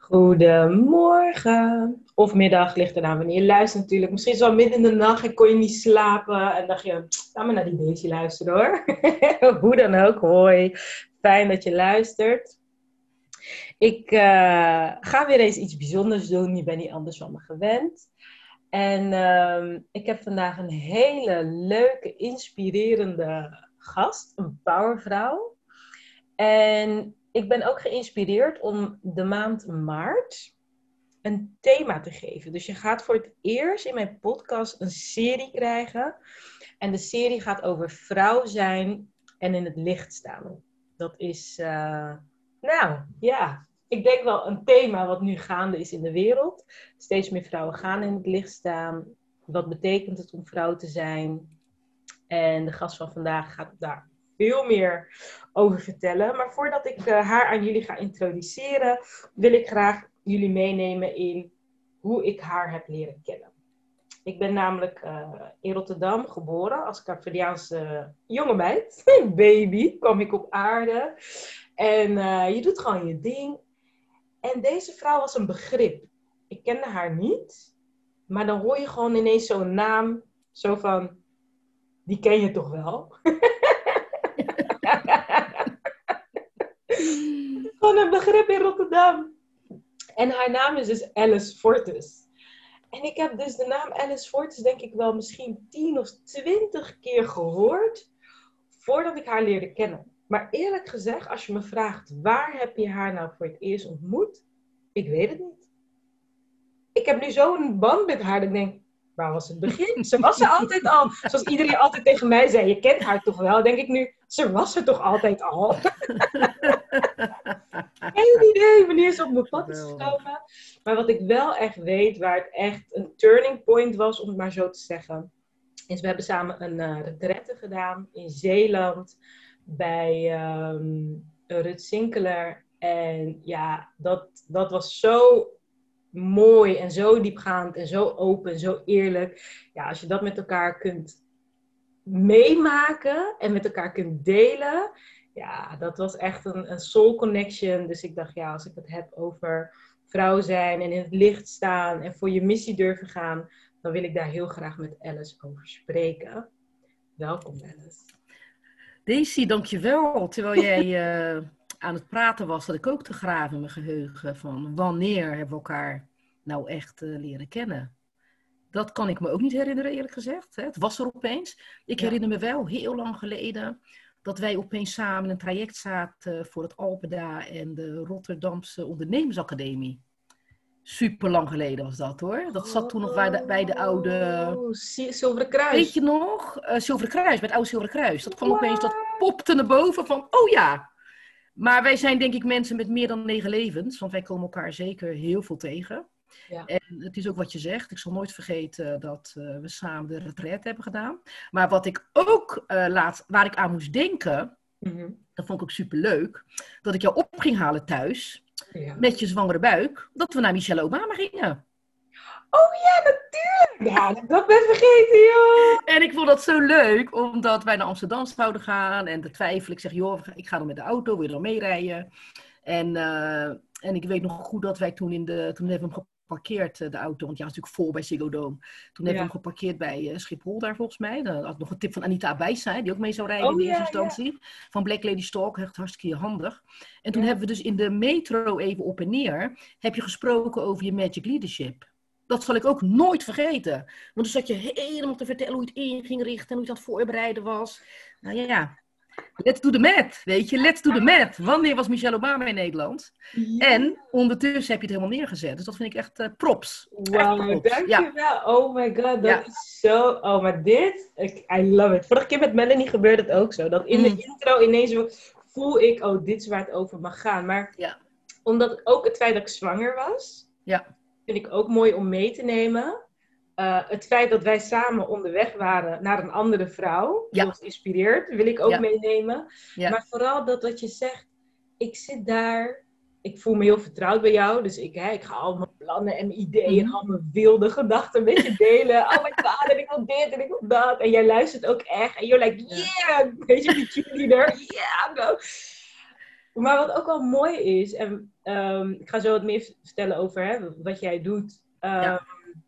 Goedemorgen. Of middag, ligt eraan wanneer je luistert natuurlijk. Misschien is het wel midden in de nacht en kon je niet slapen. En dacht je, laat maar naar die Daisy luisteren hoor. Hoe dan ook, hoi. Fijn dat je luistert. Ik ga weer eens iets bijzonders doen. Je bent niet anders van me gewend. En ik heb vandaag een hele leuke, inspirerende gast. Een powervrouw. En ik ben ook geïnspireerd om de maand maart een thema te geven. Dus je gaat voor het eerst in mijn podcast een serie krijgen. En de serie gaat over vrouw zijn en in het licht staan. Dat is, ik denk wel een thema wat nu gaande is in de wereld. Steeds meer vrouwen gaan in het licht staan. Wat betekent het om vrouw te zijn? En de gast van vandaag gaat daar veel meer over vertellen. Maar voordat ik haar aan jullie ga introduceren, wil ik graag jullie meenemen in hoe ik haar heb leren kennen. Ik ben namelijk in Rotterdam geboren als Caverdiaanse jonge meid. Baby, kwam ik op aarde. En je doet gewoon je ding. En deze vrouw was een begrip. Ik kende haar niet. Maar dan hoor je gewoon ineens zo'n naam. Zo van, die ken je toch wel? Gewoon een begrip in Rotterdam. En haar naam is dus Alice Fortes. En ik heb dus de naam Alice Fortes denk ik wel misschien 10 of 20 keer gehoord voordat ik haar leerde kennen. Maar eerlijk gezegd, als je me vraagt waar heb je haar nou voor het eerst ontmoet? Ik weet het niet. Ik heb nu zo'n band met haar dat ik denk, waar was het begin? Ze was er altijd al. Zoals iedereen altijd tegen mij zei, je kent haar toch wel? Denk ik nu, ze was er toch altijd al? Geen idee wanneer ze op mijn pad is gekomen. Maar wat ik wel echt weet, waar het echt een turning point was, om het maar zo te zeggen, is we hebben samen een retraite gedaan in Zeeland bij Rut Sinkeler. En ja, dat was zo mooi en zo diepgaand en zo open en zo eerlijk. Ja, als je dat met elkaar kunt meemaken en met elkaar kunt delen. Ja, dat was echt een soul connection. Dus ik dacht, ja, als ik het heb over vrouw zijn en in het licht staan en voor je missie durven gaan, dan wil ik daar heel graag met Alice over spreken. Welkom, Alice. Daisy, dankjewel. Terwijl jij aan het praten was, had ik ook te graven in mijn geheugen van wanneer hebben we elkaar nou echt leren kennen. Dat kan ik me ook niet herinneren, eerlijk gezegd. Het was er opeens. Ik herinner me wel heel lang geleden dat wij opeens samen in een traject zaten voor het Alpeda en de Rotterdamse Ondernemersacademie. Super lang geleden was dat hoor. Dat zat toen nog bij de oude... Zilveren Kruis. Weet je nog? Zilveren Kruis, bij het oude Zilveren Kruis. Dat kwam opeens, dat popte naar boven van, oh ja. Maar wij zijn denk ik mensen met meer dan 9 levens. Want wij komen elkaar zeker heel veel tegen. Ja. En het is ook wat je zegt. Ik zal nooit vergeten dat we samen de retraite hebben gedaan. Maar wat ik ook waar ik aan moest denken, dat vond ik ook superleuk, dat ik jou op ging halen thuis, met je zwangere buik, dat we naar Michelle Obama gingen. Oh ja, natuurlijk! Ja, dat ben ik vergeten, joh! En ik vond dat zo leuk, omdat wij naar Amsterdam zouden gaan. En te twijfel, ik zeg, joh, ik ga dan met de auto, wil je dan meerijden? En ik weet nog goed dat wij toen hebben we hem geparkeerd, de auto. Want ja, natuurlijk vol bij Ziggo Dome. Toen hebben we hem geparkeerd bij Schiphol daar volgens mij. Dan had ik nog een tip van Anita Abijs, die ook mee zou rijden in de eerste instantie. Ja. Van Black Lady Stalk, echt hartstikke handig. En toen hebben we dus in de metro even op en neer, heb je gesproken over je Magic Leadership. Dat zal ik ook nooit vergeten. Want dan zat je helemaal te vertellen hoe je het in ging richten en hoe je dat voorbereiden was. Nou ja, let's do the math, weet je. Let's do the math. Wanneer was Michelle Obama in Nederland? Ja. En ondertussen heb je het helemaal neergezet. Dus dat vind ik echt props. Wauw, dankjewel. Ja. Oh my god, dat is zo... Oh, maar dit... I love it. Vorige keer met Melanie gebeurde het ook zo. Dat in de intro ineens voel ik... Oh, dit is waar het over mag gaan. Maar omdat ook het feit dat ik zwanger was... vind ik ook mooi om mee te nemen. Het feit dat wij samen onderweg waren naar een andere vrouw, die ons inspireert, wil ik ook meenemen. Ja. Maar vooral dat wat je zegt, ik zit daar, ik voel me heel vertrouwd bij jou, dus ik ga al mijn plannen en ideeën, al mijn wilde gedachten met je delen. Oh my god, en ik wil dit en ik wil dat. En jij luistert ook echt en you're like, yeah, weet je, die cheerleader, yeah, go. Maar wat ook wel mooi is, en ik ga zo wat meer vertellen over wat jij doet, Ja,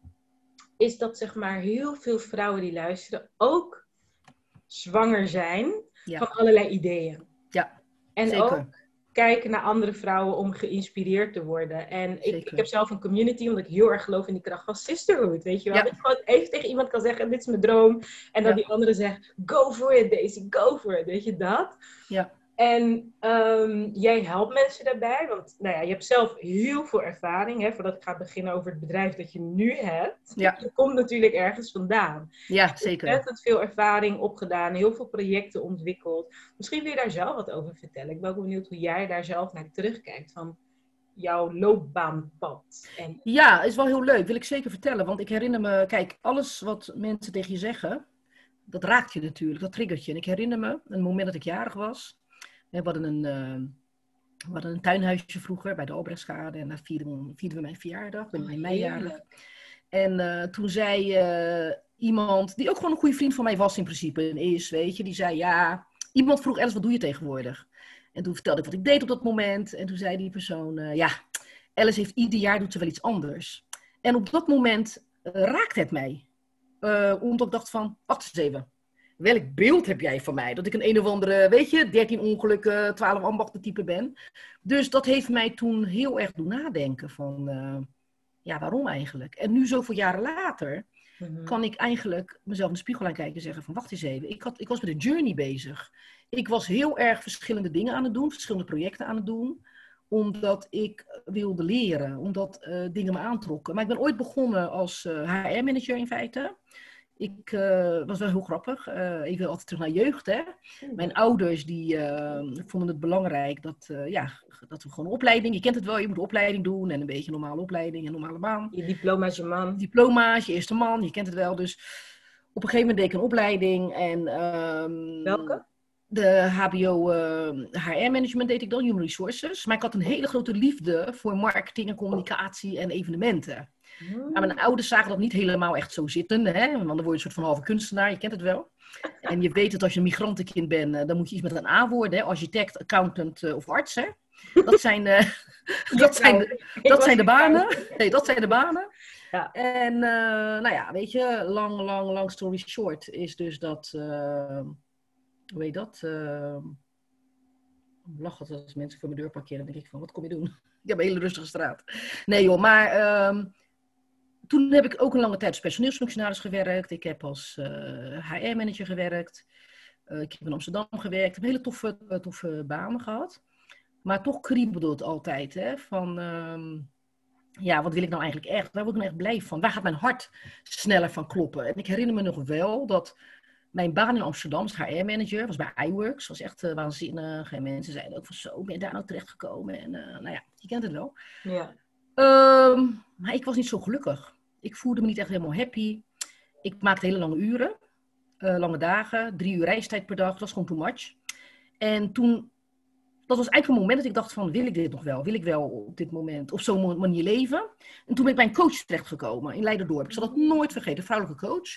is dat zeg maar heel veel vrouwen die luisteren ook zwanger zijn van ja, allerlei ideeën. ja, En ook zeker, kijken naar andere vrouwen om geïnspireerd te worden. En ik heb zeker. zelf een community, omdat ik heel erg geloof in die kracht van sisterhood, weet je wel. Dat Ja, je gewoon even tegen iemand kan zeggen, dit is mijn droom. En dat ja, die andere zegt, go for it Daisy, go for it, weet je dat. ja, En jij helpt mensen daarbij, want nou ja, je hebt zelf heel veel ervaring, hè, voordat ik ga beginnen over het bedrijf dat je nu hebt. ja, Je komt natuurlijk ergens vandaan. ja, Je hebt zeker. ontzettend veel ervaring opgedaan, heel veel projecten ontwikkeld. Misschien wil je daar zelf wat over vertellen. Ik ben ook benieuwd hoe jij daar zelf naar terugkijkt, van jouw loopbaanpad. En, Ja, is wel heel leuk. Wil ik zeker vertellen. Want ik herinner me, kijk, alles wat mensen tegen je zeggen, dat raakt je natuurlijk, dat triggert je. En ik herinner me een moment dat ik jarig was. We hadden een tuinhuisje vroeger bij de Albrechtskade. En daar vierden we mijn verjaardag. Ik ben in mei jarig. heerlijk. En toen zei iemand, die ook gewoon een goede vriend van mij was in principe, en is, weet je, die zei, ja, iemand vroeg, Alice, wat doe je tegenwoordig? En toen vertelde ik wat ik deed op dat moment. En toen zei die persoon, ja, Alice heeft ieder jaar doet ze wel iets anders. En op dat moment raakte het mij. Omdat ik dacht van, wacht eens even. Welk beeld heb jij van mij? Dat ik een of andere, weet je, 13 ongelukken, 12 ambachten type ben. Dus dat heeft mij toen heel erg doen nadenken van, ja, waarom eigenlijk? En nu zoveel jaren later kan ik eigenlijk mezelf in de spiegel aankijken en zeggen van, wacht eens even. Ik was met een journey bezig. Ik was heel erg verschillende dingen aan het doen, verschillende projecten aan het doen, omdat ik wilde leren, omdat dingen me aantrokken. Maar ik ben ooit begonnen als HR-manager in feite. Ik was wel heel grappig. Ik wil altijd terug naar jeugd. Hè? Mijn ouders die vonden het belangrijk dat we gewoon een opleiding. Je kent het wel, je moet een opleiding doen en een beetje een normale opleiding, een normale baan. Je diploma is je man. Diploma's, je eerste man, je kent het wel. Dus op een gegeven moment deed ik een opleiding en Welke? de HBO HR-management deed ik dan, Human Resources. Maar ik had een hele grote liefde voor marketing en communicatie en evenementen. Maar mijn ouders zagen dat niet helemaal echt zo zitten, hè? Want dan word je een soort van halve kunstenaar, je kent het wel. En je weet dat als je een migrantenkind bent, dan moet je iets met een A worden, hè? Architect, accountant of arts. Hè? Dat zijn, dat zijn de banen. Nee, dat zijn de banen. Ja. En nou ja, weet je, long story short is dus dat, hoe heet dat? Lach altijd als mensen voor mijn deur parkeren, dan denk ik van, wat kom je doen? Ik heb een hele rustige straat. Nee joh, maar toen heb ik ook een lange tijd als personeelsfunctionaris gewerkt. Ik heb als HR-manager gewerkt. Ik heb in Amsterdam gewerkt. Ik heb hele toffe banen gehad. Maar toch kriebelde het altijd. Hè? Van, ja, wat wil ik nou eigenlijk echt? Waar word ik nou echt blij van? Waar gaat mijn hart sneller van kloppen? En ik herinner me nog wel dat mijn baan in Amsterdam als HR-manager was bij iWorks. Was echt waanzinnig. En mensen zeiden ook van zo, ben je daar nou terechtgekomen? En nou ja, je kent het wel. Ja. Maar ik was niet zo gelukkig. Ik voelde me niet echt helemaal happy. Ik maakte hele lange uren. Lange dagen. 3 uur reistijd per dag. Dat was gewoon too much. En toen, dat was eigenlijk een moment dat ik dacht van, wil ik dit nog wel? Wil ik wel op dit moment op zo'n manier leven? En toen ben ik bij een coach terechtgekomen in Leiderdorp. Ik zal dat nooit vergeten, een vrouwelijke coach.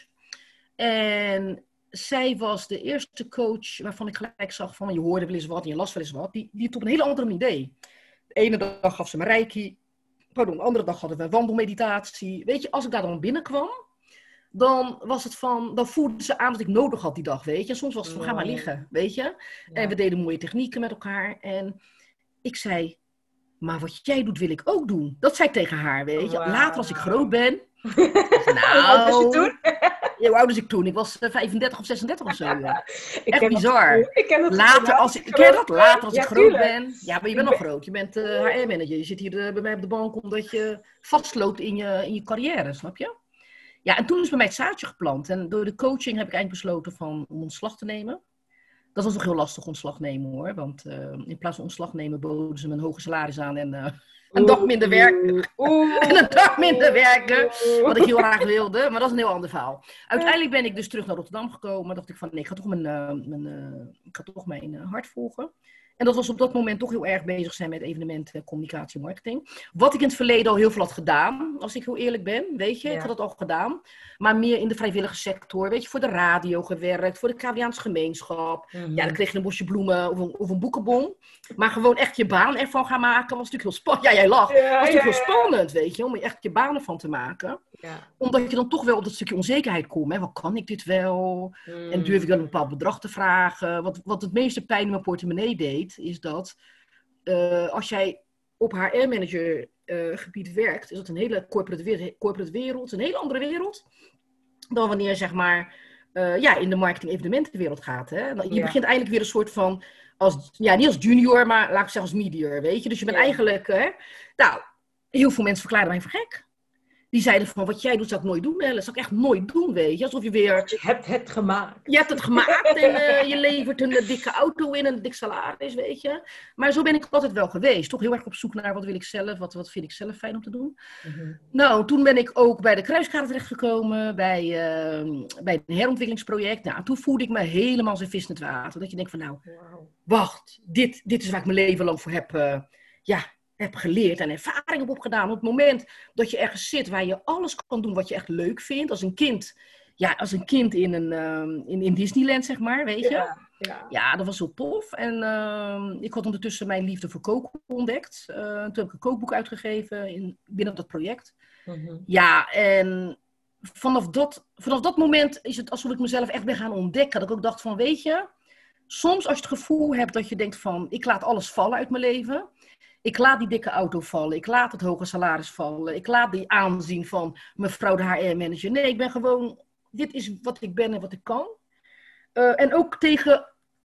En zij was de eerste coach waarvan ik gelijk zag van, je hoorde wel eens wat en je las wel eens wat. Die het op een hele andere manier deed. De ene dag gaf ze me reiki. Pardon, de andere dag hadden we wandelmeditatie. Weet je, als ik daar dan binnenkwam, dan was het van, dan voelde ze aan wat ik nodig had die dag, weet je. En soms was het van, ga maar liggen, weet je. Ja. En we deden mooie technieken met elkaar. En ik zei, maar wat jij doet, wil ik ook doen. Dat zei ik tegen haar, weet je. Wauw. Later, als ik groot ben. Hoe oud was je toen? Ja, hoe oud was ik toen? Ik was 35 of 36 of zo. Ja. Ik Echt ken bizar. Ik ken dat Later, als ik, ken je dat? Later, als Ja, ik groot tuurlijk. ben. Ja, maar je bent nog groot. Je bent HR-manager. Je zit hier bij mij op de bank omdat je vastloopt in je carrière, snap je? Ja, en toen is bij mij het zaadje geplant. En door de coaching heb ik eigenlijk besloten om ontslag te nemen. Dat was nog heel lastig, ontslag nemen hoor. Want in plaats van ontslag nemen boden ze me een hoge salaris aan en een dag minder werken. En een dag minder werken. Wat ik heel graag wilde, maar dat is een heel ander verhaal. Uiteindelijk ben ik dus terug naar Rotterdam gekomen. Dacht ik van, nee, ik ga toch mijn hart volgen. En dat was op dat moment toch heel erg bezig zijn met evenementen, communicatie, marketing. Wat ik in het verleden al heel veel had gedaan, als ik heel eerlijk ben, weet je. Ja. Ik had het al gedaan. Maar meer in de vrijwillige sector, weet je. Voor de radio gewerkt, voor de Caribbeaanse gemeenschap. Mm-hmm. Ja, dan kreeg je een bosje bloemen of een boekenbon. Maar gewoon echt je baan ervan gaan maken, was natuurlijk heel spannend. Ja, jij lacht. Was natuurlijk heel spannend, weet je. Om er echt je baan ervan te maken. Ja. Omdat je dan toch wel op dat stukje onzekerheid komt. Hè. Wat kan ik dit wel? En durf ik dan een bepaald bedrag te vragen? Wat het meeste pijn in mijn portemonnee deed, is dat als jij op HR-manager gebied werkt, is dat een hele corporate wereld, een hele andere wereld dan wanneer je zeg maar in de marketing-evenementenwereld gaat. Hè? Je begint eigenlijk weer een soort van, niet als junior, maar laat ik zeggen als medior, weet je. Dus je bent eigenlijk, heel veel mensen verklaren mij voor gek. Die zeiden van, wat jij doet, zou ik nooit doen, Helle. Dat zou ik echt nooit doen, weet je. Alsof je weer... Je hebt het gemaakt. Je hebt het gemaakt en je levert een dikke auto in en een dik salaris, weet je. Maar zo ben ik altijd wel geweest. Toch heel erg op zoek naar wat wil ik zelf, wat vind ik zelf fijn om te doen. Mm-hmm. Nou, toen ben ik ook bij de Kruiskade terechtgekomen, bij een herontwikkelingsproject. Nou, toen voelde ik me helemaal als een vis in het water. Dat je denkt van, wacht, dit is waar ik mijn leven lang voor heb geleerd en ervaring heb opgedaan. Op het moment dat je ergens zit waar je alles kan doen wat je echt leuk vindt. Als een kind in Disneyland, zeg maar, weet je. Ja, dat was zo tof. En ik had ondertussen mijn liefde voor koken ontdekt. Toen heb ik een kookboek uitgegeven binnen dat project. Mm-hmm. Ja, en vanaf dat moment is het alsof ik mezelf echt ben gaan ontdekken. Dat ik ook dacht van, weet je, soms als je het gevoel hebt dat je denkt van, ik laat alles vallen uit mijn leven. Ik laat die dikke auto vallen. Ik laat het hoge salaris vallen. Ik laat die aanzien van mevrouw de HR-manager. Nee, ik ben gewoon... Dit is wat ik ben en wat ik kan. En ook tegen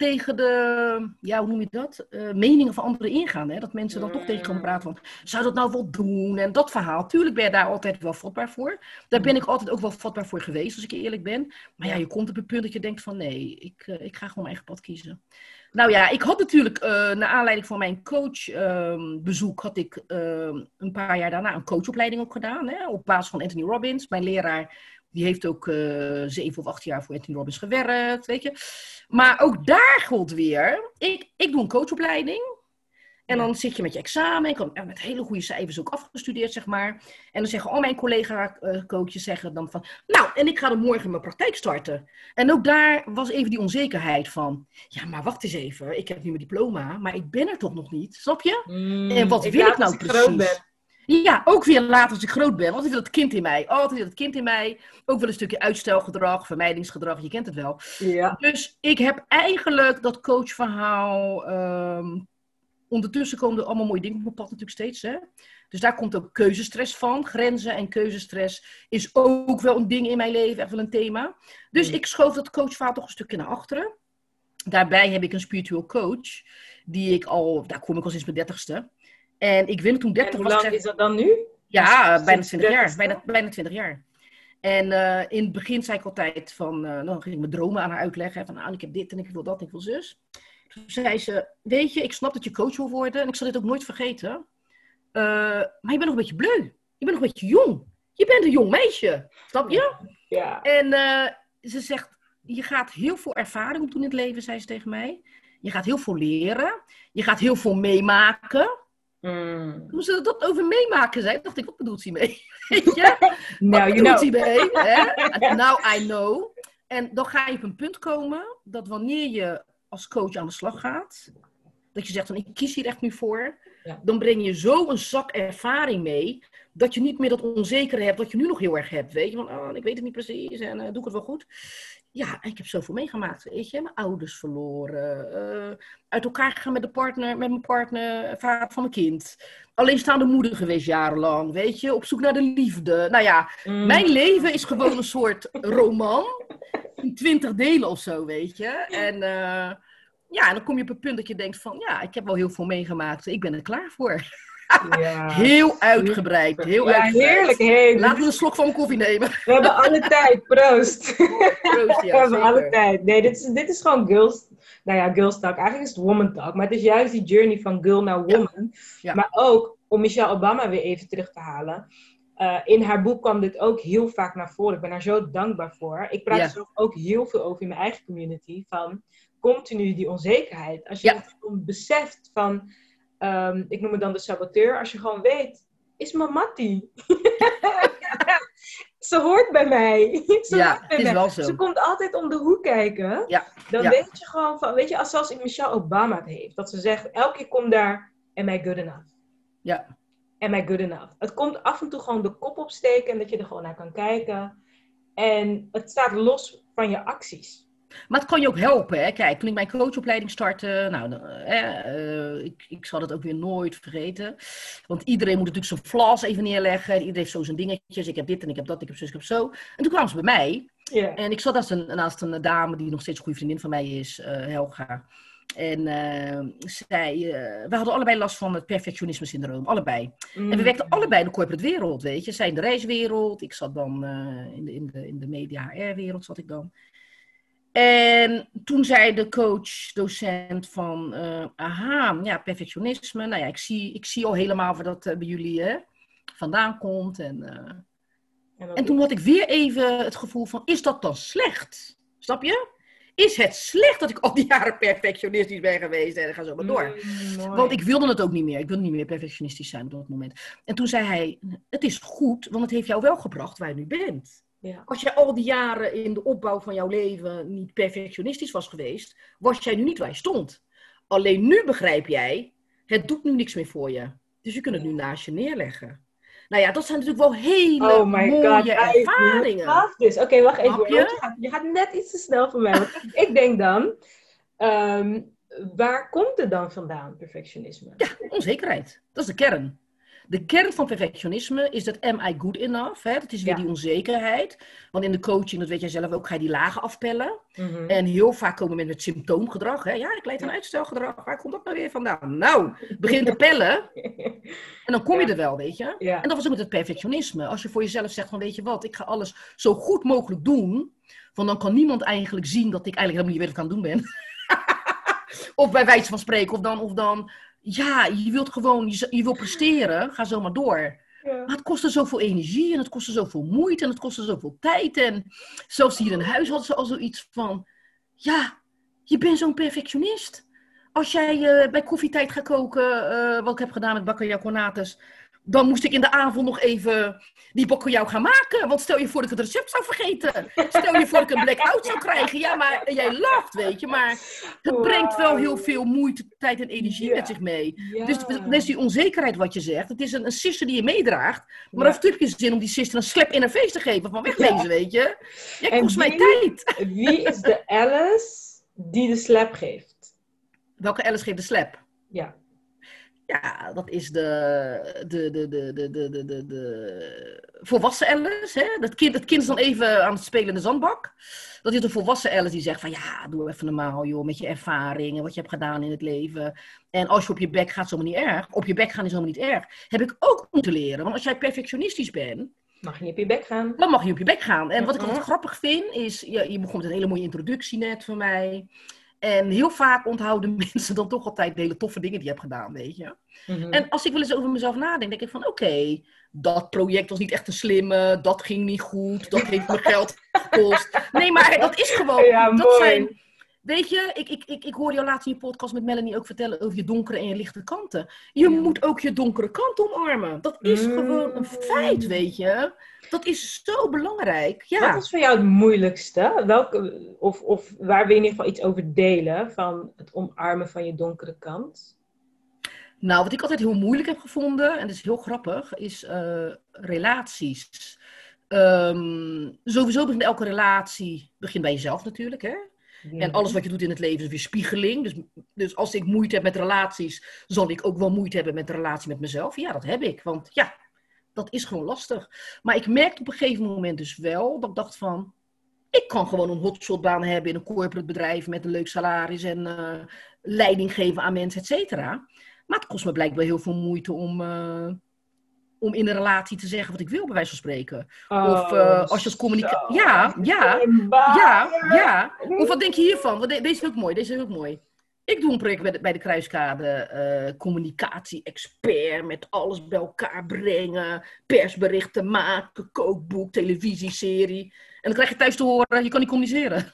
de... Ja, hoe noem je dat? Meningen van anderen ingaan. Hè? Dat mensen dan toch tegen komen praten van... Zou dat nou wel doen? En dat verhaal. Tuurlijk ben je daar altijd wel vatbaar voor. Daar ben ik altijd ook wel vatbaar voor geweest, als ik eerlijk ben. Maar ja, je komt op een punt dat je denkt van... Nee, ik ga gewoon mijn eigen pad kiezen. Nou ja, ik had natuurlijk, naar aanleiding van mijn coachbezoek, had ik een paar jaar daarna een coachopleiding ook gedaan. Hè, op basis van Anthony Robbins. Mijn leraar, die heeft ook 7 of 8 jaar voor Anthony Robbins gewerkt, weet je. Maar ook daar gold weer, ik doe een coachopleiding. En dan zit je met je examen. Ik had met hele goede cijfers ook afgestudeerd, zeg maar. En dan zeggen al mijn collega-coaches zeggen dan van... Nou, en ik ga dan morgen mijn praktijk starten. En ook daar was even die onzekerheid van... Ja, maar wacht eens even. Ik heb nu mijn diploma, maar ik ben er toch nog niet. Snap je? En wat wil ik nou precies? Ja, ook weer later als ik groot ben. Altijd dat kind in mij. Altijd dat kind in mij. Ook wel een stukje uitstelgedrag, vermijdingsgedrag. Je kent het wel. Ja. Dus ik heb eigenlijk dat coachverhaal... Ondertussen komen er allemaal mooie dingen op mijn pad natuurlijk steeds. Hè? Dus daar komt ook keuzestress van. Grenzen en keuzestress is ook wel een ding in mijn leven. Echt wel een thema. Dus ik schoof dat coachverhaal toch een stukje naar achteren. Daarbij heb ik een spiritueel coach. Daar kom ik al sinds mijn 30ste. En ik wil toen 30 en hoe lang is dat dan nu? Ja, bijna 20 jaar. Bijna 20 jaar. En in het begin zei ik altijd van... dan ging ik mijn dromen aan haar uitleggen. Van ik heb dit en ik wil dat en ik wil zus. Toen zei ze, weet je, ik snap dat je coach wil worden. En ik zal dit ook nooit vergeten. Maar je bent nog een beetje bleu. Je bent nog een beetje jong. Je bent een jong meisje. Snap je? Ja. En ze zegt, je gaat heel veel ervaring opdoen in het leven, zei ze tegen mij. Je gaat heel veel leren. Je gaat heel veel meemaken. Toen ze dat over meemaken zei, dacht ik, wat bedoelt ze mee? Weet je? Wat bedoelt ze mee? Now I know. En dan ga je op een punt komen dat wanneer je als coach aan de slag gaat, dat je zegt van ik kies hier echt nu voor, dan breng je zo een zak ervaring mee, dat je niet meer dat onzekere hebt, wat je nu nog heel erg hebt, weet je, van ik weet het niet precies en doe ik het wel goed. Ja, ik heb zoveel meegemaakt, weet je, mijn ouders verloren, uit elkaar gegaan met mijn partner, vader van mijn kind, alleenstaande moeder geweest jarenlang, weet je, op zoek naar de liefde. Nou ja, mijn leven is gewoon een soort roman, in 20 delen of zo, weet je. En en dan kom je op het punt dat je denkt van, ik heb wel heel veel meegemaakt, ik ben er klaar voor. Ja, heel uitgebreid, heel uitgebreid. Heerlijk. Laten we een slok van mijn koffie nemen. We hebben alle tijd, proost. Proost, ja, we hebben alle tijd. Nee, dit is gewoon girls talk. Eigenlijk is het woman talk, maar het is juist die journey van girl naar woman. Ja. Maar ook, om Michelle Obama weer even terug te halen. In haar boek kwam dit ook heel vaak naar voren. Ik ben daar zo dankbaar voor. Ik praat er zelf ook heel veel over in mijn eigen community. Van continu die onzekerheid. Als je het gewoon beseft van... ik noem het dan de saboteur. Als je gewoon weet... Is mijn mattie. Ze hoort bij mij. Het is wel zo. Ze komt altijd om de hoek kijken. Dan weet je gewoon van... Weet je, als zoals Michelle Obama het heeft. Dat ze zegt, elke keer komt daar... Am I good enough? Ja. Am I good enough? Het komt af en toe gewoon de kop opsteken. En dat je er gewoon naar kan kijken. En het staat los van je acties. Maar het kan je ook helpen, hè? Kijk, toen ik mijn coachopleiding startte, ik zal dat ook weer nooit vergeten. Want iedereen moet natuurlijk zijn flaws even neerleggen. Iedereen heeft zo zijn dingetjes. Ik heb dit en ik heb dat, ik heb zo, ik heb zo. En toen kwamen ze bij mij. Yeah. En ik zat naast een dame die nog steeds een goede vriendin van mij is, Helga. En we hadden allebei last van het perfectionisme-syndroom. Allebei. En we werkten allebei in de corporate wereld, weet je. Zij in de reiswereld. Ik zat dan in de media-HR-wereld, zat ik dan. En toen zei de coach, docent van, perfectionisme. Nou ja, ik zie al helemaal waar dat bij jullie vandaan komt. En toen had ik weer even het gevoel van, is dat dan slecht? Snap je? Is het slecht dat ik al die jaren perfectionistisch ben geweest? En ga zo maar door. Want ik wilde het ook niet meer. Ik wilde niet meer perfectionistisch zijn op dat moment. En toen zei hij, het is goed, want het heeft jou wel gebracht waar je nu bent. Ja. Als jij al die jaren in de opbouw van jouw leven niet perfectionistisch was geweest, was jij nu niet waar je stond. Alleen nu begrijp jij, het doet nu niks meer voor je. Dus je kunt het nu naast je neerleggen. Nou ja, dat zijn natuurlijk wel hele mooie ervaringen. Oké, wacht even. Je gaat net iets te snel voor mij. Want ik denk dan, waar komt het dan vandaan, perfectionisme? Ja, onzekerheid. Dat is de kern. De kern van perfectionisme is dat am I good enough? Hè? Dat is weer die onzekerheid. Want in de coaching, dat weet jij zelf ook, ga je die lagen afpellen. Mm-hmm. En heel vaak komen mensen met symptoomgedrag. Hè? Ja, ik leid aan uitstelgedrag. Waar komt dat nou weer vandaan? Nou, begin te pellen. En dan kom je er wel, weet je. Ja. En dat was ook met het perfectionisme. Als je voor jezelf zegt van, weet je wat, ik ga alles zo goed mogelijk doen. Want dan kan niemand eigenlijk zien dat ik eigenlijk helemaal niet weet wat ik aan het doen ben. Of bij wijze van spreken, of dan ja, je wilt gewoon, je wil presteren, ga zo maar door. Ja. Maar het kostte zoveel energie en het kostte zoveel moeite en het kostte zoveel tijd. En zelfs hier in huis hadden ze al zoiets van, ja, je bent zo'n perfectionist. Als jij bij koffietijd gaat koken, wat ik heb gedaan met Bacalhau Cornatus, dan moest ik in de avond nog even die bacalhau gaan maken. Want stel je voor dat ik het recept zou vergeten. Stel je voor dat ik een blackout zou krijgen. Ja, maar jij lacht, weet je. Maar het brengt wel heel veel moeite, tijd en energie met zich mee. Ja. Dus dat is die onzekerheid wat je zegt. Het is een sister die je meedraagt. Maar of het heb je zin om die sister een slap in haar face te geven. Van wegwezen, weet je. Jij kost mij tijd. Wie is de Alice die de slap geeft? Welke Alice geeft de slap? Ja. Ja, dat is de volwassen Alice. Hè? Het kind is dan even aan het spelen in de zandbak. Dat is de volwassen Alice die zegt van ja, doe even normaal joh, met je ervaringen, wat je hebt gedaan in het leven. En als je op je bek gaat, is helemaal niet erg. Op je bek gaan is helemaal niet erg. Heb ik ook moeten leren. Want als jij perfectionistisch bent, mag je niet op je bek gaan. Dan mag je op je bek gaan. En wat ik altijd grappig vind, is, je begon met een hele mooie introductie net van mij. En heel vaak onthouden mensen dan toch altijd de hele toffe dingen die je hebt gedaan, weet je. Mm-hmm. En als ik wel eens over mezelf nadenk, denk ik van oké, dat project was niet echt een slimme, dat ging niet goed, dat heeft me geld gekost. Nee, maar dat is gewoon, dat zijn, weet je, ik hoorde jou laatst in je podcast met Melanie ook vertellen over je donkere en je lichte kanten. Je moet ook je donkere kant omarmen. Dat is gewoon een feit, weet je. Dat is zo belangrijk. Ja. Wat is voor jou het moeilijkste? Of waar wil je in ieder geval iets over delen van het omarmen van je donkere kant? Nou, wat ik altijd heel moeilijk heb gevonden, en dat is heel grappig, is relaties. Sowieso begint elke relatie bij jezelf natuurlijk, hè? Ja. En alles wat je doet in het leven is weer spiegeling. Dus als ik moeite heb met relaties, zal ik ook wel moeite hebben met de relatie met mezelf. Ja, dat heb ik. Want ja, dat is gewoon lastig. Maar ik merkte op een gegeven moment dus wel dat ik dacht van, ik kan gewoon een hotshotbaan hebben in een corporate bedrijf met een leuk salaris en leiding geven aan mensen, et cetera. Maar het kost me blijkbaar heel veel moeite om in een relatie te zeggen wat ik wil, bij wijze van spreken. Of als je als communicatie... Ja. Of wat denk je hiervan? Deze is ook mooi. Ik doe een project bij de Kruiskade, communicatie-expert, met alles bij elkaar brengen, persberichten maken, kookboek, televisieserie. En dan krijg je thuis te horen, je kan niet communiceren.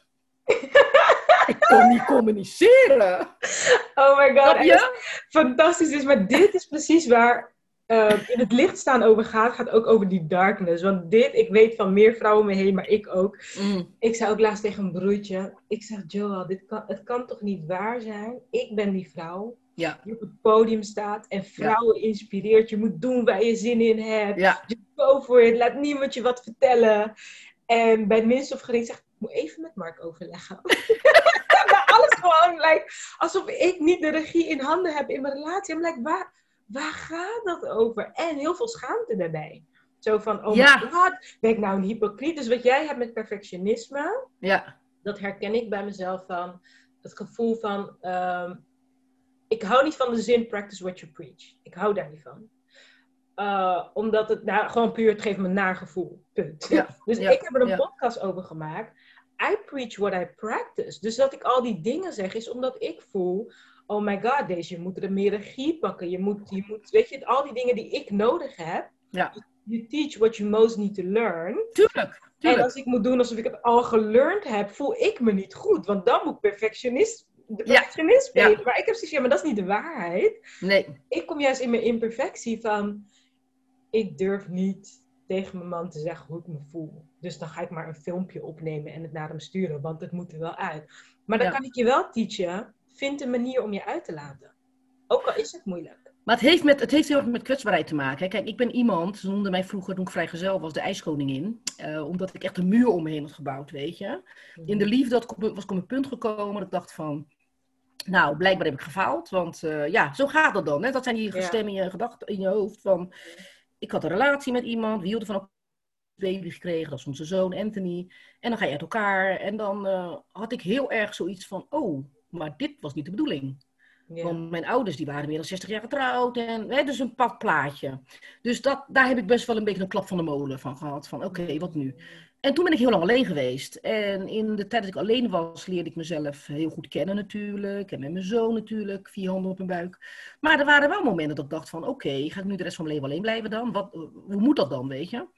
Ik kan niet communiceren. Oh my god, Snap en je? dat is fantastisch. Dus, maar dit is precies waar in het licht staan over gaat. Gaat ook over die darkness. Want dit, ik weet van meer vrouwen om me heen, maar ik ook. Mm, Ik zei ook laatst tegen een broertje. Ik zeg, Joel, het kan toch niet waar zijn? Ik ben die vrouw ja, die op het podium staat en vrouwen inspireert. Je moet doen waar je zin in hebt. ja. Just go for it. Laat niemand je wat vertellen. En bij het minste of gering zeg ik moet even met Mark overleggen. Maar alles gewoon, alsof ik niet de regie in handen heb in mijn relatie. En waar gaat dat over? En heel veel schaamte daarbij. Zo van, oh my god, ben ik nou een hypocriet? Dus wat jij hebt met perfectionisme, dat herken ik bij mezelf van het gevoel van, ik hou niet van de zin practice what you preach. Ik hou daar niet van. Omdat het gewoon puur, het geeft me een naar gevoel. Punt. Dus ik heb er een podcast over gemaakt. I preach what I practice. Dus dat ik al die dingen zeg, is omdat ik voel, oh my god, deze, je moet er meer regie pakken. Je moet, weet je, al die dingen die ik nodig heb. Ja. You teach what you most need to learn. Tuurlijk. En als ik moet doen alsof ik het al geleerd heb, voel ik me niet goed. Want dan moet perfectionist spelen. Maar ik heb zoiets, maar dat is niet de waarheid. Nee. Ik kom juist in mijn imperfectie van, ik durf niet tegen mijn man te zeggen hoe ik me voel. Dus dan ga ik maar een filmpje opnemen en het naar hem sturen, want het moet er wel uit. Maar dan kan ik je wel teachen, vind een manier om je uit te laten. Ook al is het moeilijk. Maar het heeft heel erg met kwetsbaarheid te maken. Kijk, ik ben iemand, ze noemden mij vroeger toen ik vrijgezel was, de ijskoningin. Omdat ik echt een muur om me heen had gebouwd, weet je. In de liefde was ik op een punt gekomen dat ik dacht van, nou, blijkbaar heb ik gefaald. Want zo gaat het dan. Hè? Dat zijn die stemmen in je gedachten, in je hoofd van, ik had een relatie met iemand, we hielden van een baby gekregen, dat is onze zoon Anthony. En dan ga je uit elkaar. En dan had ik heel erg zoiets van, oh, maar dit was niet de bedoeling. Yeah. Want mijn ouders die waren meer dan 60 jaar getrouwd. En dus een plaatje. Dus daar heb ik best wel een beetje een klap van de molen van gehad. Van oké, wat nu? En toen ben ik heel lang alleen geweest. En in de tijd dat ik alleen was, leerde ik mezelf heel goed kennen natuurlijk. En met mijn zoon natuurlijk, 4 handen op mijn buik. Maar er waren wel momenten dat ik dacht van oké, ga ik nu de rest van mijn leven alleen blijven dan? Hoe moet dat dan, weet je?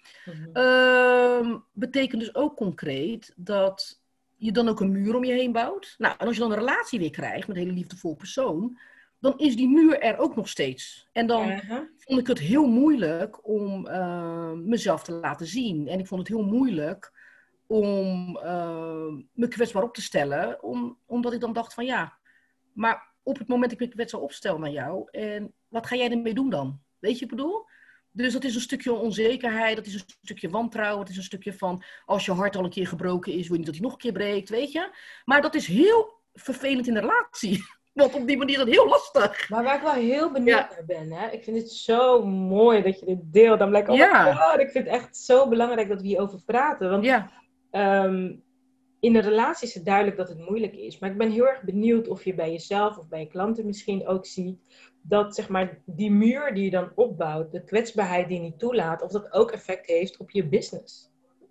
Betekent dus ook concreet dat je dan ook een muur om je heen bouwt. Nou, en als je dan een relatie weer krijgt met een hele liefdevolle persoon, dan is die muur er ook nog steeds. En dan vond ik het heel moeilijk om mezelf te laten zien. En ik vond het heel moeilijk om me kwetsbaar op te stellen. Omdat ik dan dacht van ja, maar op het moment dat ik me kwetsbaar opstel naar jou, en wat ga jij ermee doen dan? Weet je wat ik bedoel? Dus dat is een stukje onzekerheid, dat is een stukje wantrouwen, het is een stukje van als je hart al een keer gebroken is, wil je niet dat hij nog een keer breekt, weet je. Maar dat is heel vervelend in de relatie. Want op die manier is dat heel lastig. Maar waar ik wel heel benieuwd naar ben, hè? Ik vind het zo mooi dat je dit deelt. Dan blijkt, oh my god, ik vind het echt zo belangrijk dat we hierover praten. Want in een relatie is het duidelijk dat het moeilijk is. Maar ik ben heel erg benieuwd of je bij jezelf of bij je klanten misschien ook ziet dat zeg maar die muur die je dan opbouwt, de kwetsbaarheid die je niet toelaat, of dat ook effect heeft op je business.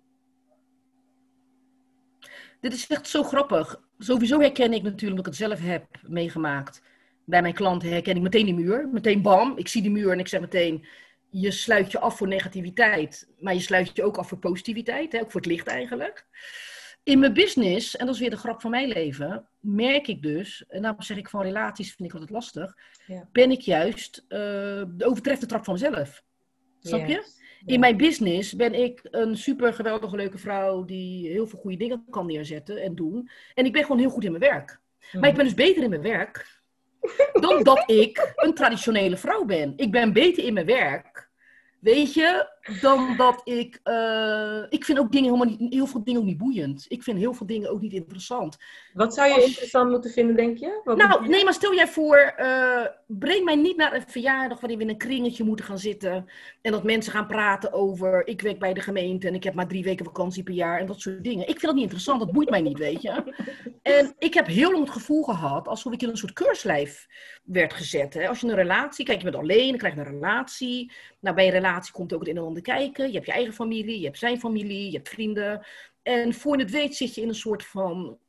Dit is echt zo grappig. Sowieso herken ik natuurlijk, omdat ik het zelf heb meegemaakt. Bij mijn klanten herken ik meteen die muur. Meteen bam, ik zie die muur en ik zeg meteen, je sluit je af voor negativiteit. Maar je sluit je ook af voor positiviteit, hè? Ook voor het licht eigenlijk. In mijn business, en dat is weer de grap van mijn leven, merk ik dus, en daarom zeg ik van relaties vind ik altijd lastig, ben ik juist de overtreffende trap van mezelf. Snap je? In mijn business ben ik een super geweldige leuke vrouw die heel veel goede dingen kan neerzetten en doen. En ik ben gewoon heel goed in mijn werk. Maar ik ben dus beter in mijn werk dan dat ik een traditionele vrouw ben. Ik ben beter in mijn werk, weet je, dan dat ik... ik vind ook heel veel dingen ook niet boeiend. Ik vind heel veel dingen ook niet interessant. Wat zou je interessant moeten vinden, denk je? Nee, maar stel jij voor, breng mij niet naar een verjaardag waarin we in een kringetje moeten gaan zitten. En dat mensen gaan praten over, ik werk bij de gemeente en ik heb maar 3 weken vakantie per jaar en dat soort dingen. Ik vind dat niet interessant, dat boeit mij niet, weet je. En ik heb heel lang het gevoel gehad alsof ik in een soort keurslijf werd gezet. Hè? Als je een relatie, kijk, je bent alleen, dan krijg je een relatie. Nou, bij een relatie komt ook het een en ander kijken. Je hebt je eigen familie, je hebt zijn familie, je hebt vrienden. En voor je het weet zit je in een soort van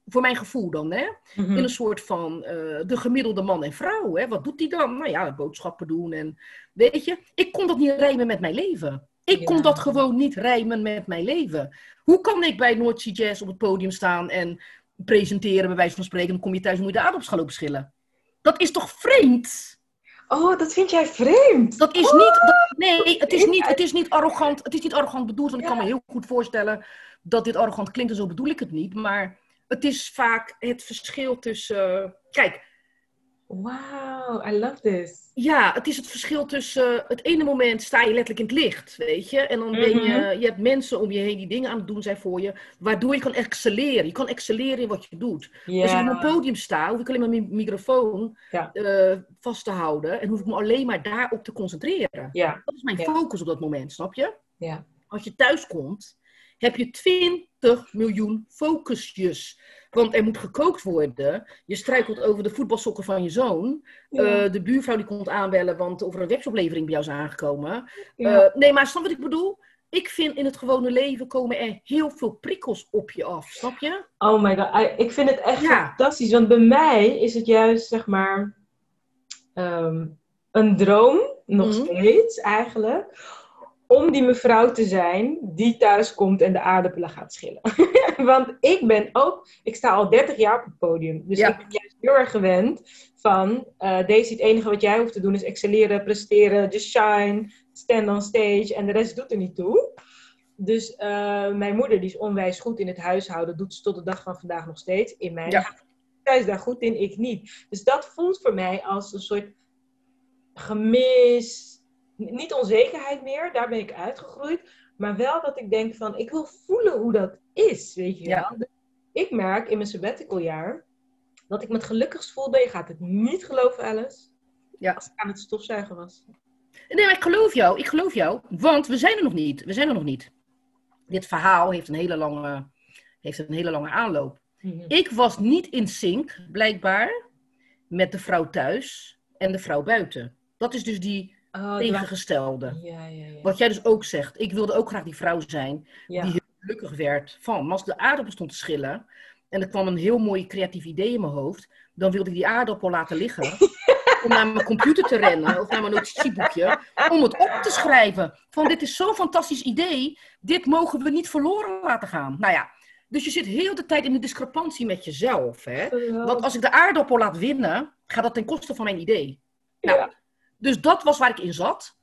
voor mijn gevoel dan, hè, Mhm. in een soort van de gemiddelde man en vrouw. Hè. Wat doet die dan? Nou ja, boodschappen doen en weet je, ik kon dat niet rijmen met mijn leven. Ik kon dat Ja. gewoon niet rijmen met mijn leven. Hoe kan ik bij North Sea Jazz op het podium staan en presenteren, bij wijze van spreken, dan kom je thuis en moet je de aardappels gaan lopen schillen? Dat is toch vreemd? Oh, dat vind jij vreemd? Dat is niet, nee, Ik- het is niet arrogant, het is niet arrogant bedoeld, want ik kan me Ja. heel goed voorstellen dat dit arrogant klinkt en zo bedoel ik het niet, maar het is vaak het verschil tussen, kijk, Wow, I love this. ja, het is het verschil tussen, het ene moment sta je letterlijk in het licht, weet je, en dan ben Mhm. je hebt mensen om je heen die dingen aan het doen zijn voor je, waardoor je kan excelleren. Je kan excelleren in wat je doet. Als ik op een Ja, podium sta, hoef ik alleen maar mijn microfoon ja, vast te houden en hoef ik me alleen maar daarop te concentreren. ja, Dat is mijn ja, focus op dat moment, snap je? ja. Als je thuis komt, heb je 20 miljoen focusjes. Want er moet gekookt worden. Je struikelt over de voetbalsokken van je zoon. Ja, De buurvrouw die komt aanbellen, want of er een websoplevering bij jou is aangekomen. ja. Nee, maar snap wat ik bedoel? Ik vind in het gewone leven komen er heel veel prikkels op je af. Snap je? Oh my god, ik vind het echt Ja. fantastisch. Want bij mij is het juist, zeg maar, een droom, nog Mhm. steeds eigenlijk, om die mevrouw te zijn die thuis komt en de aardappelen gaat schillen. Want ik sta al 30 jaar op het podium. Dus Ja. ik ben juist heel erg gewend van, Daisy, het enige wat jij hoeft te doen is excelleren, presteren, just shine, stand on stage en de rest doet er niet toe. Dus mijn moeder, die is onwijs goed in het huishouden, doet ze tot de dag van vandaag nog steeds in mijn Ja. huis. Zij is daar goed in, ik niet. Dus dat voelt voor mij als een soort gemis, niet onzekerheid meer, daar ben ik uitgegroeid, maar wel dat ik denk van, ik wil voelen hoe dat is, weet je wel. Ja. Dus ik merk in mijn sabbatical jaar dat ik me het gelukkigst voelde, je gaat het niet geloven, Alice, Ja. als ik aan het stofzuigen was. Nee, maar ik geloof jou, want we zijn er nog niet. We zijn er nog niet. Dit verhaal heeft een hele lange aanloop. Mhm. Ik was niet in sync, blijkbaar, met de vrouw thuis en de vrouw buiten. Dat is dus die Oh, tegengestelde. ja, ja, ja. Wat jij dus ook zegt. Ik wilde ook graag die vrouw zijn Ja. die heel gelukkig werd van. Maar als de aardappel stond te schillen en er kwam een heel mooi creatief idee in mijn hoofd, dan wilde ik die aardappel laten liggen om naar mijn computer te rennen of naar mijn notitieboekje om het op te schrijven. Van dit is zo'n fantastisch idee, dit mogen we niet verloren laten gaan. Nou ja, dus je zit heel de tijd in de discrepantie met jezelf. Hè? Want als ik de aardappel laat winnen, gaat dat ten koste van mijn idee. Nou, Ja. dus dat was waar ik in zat.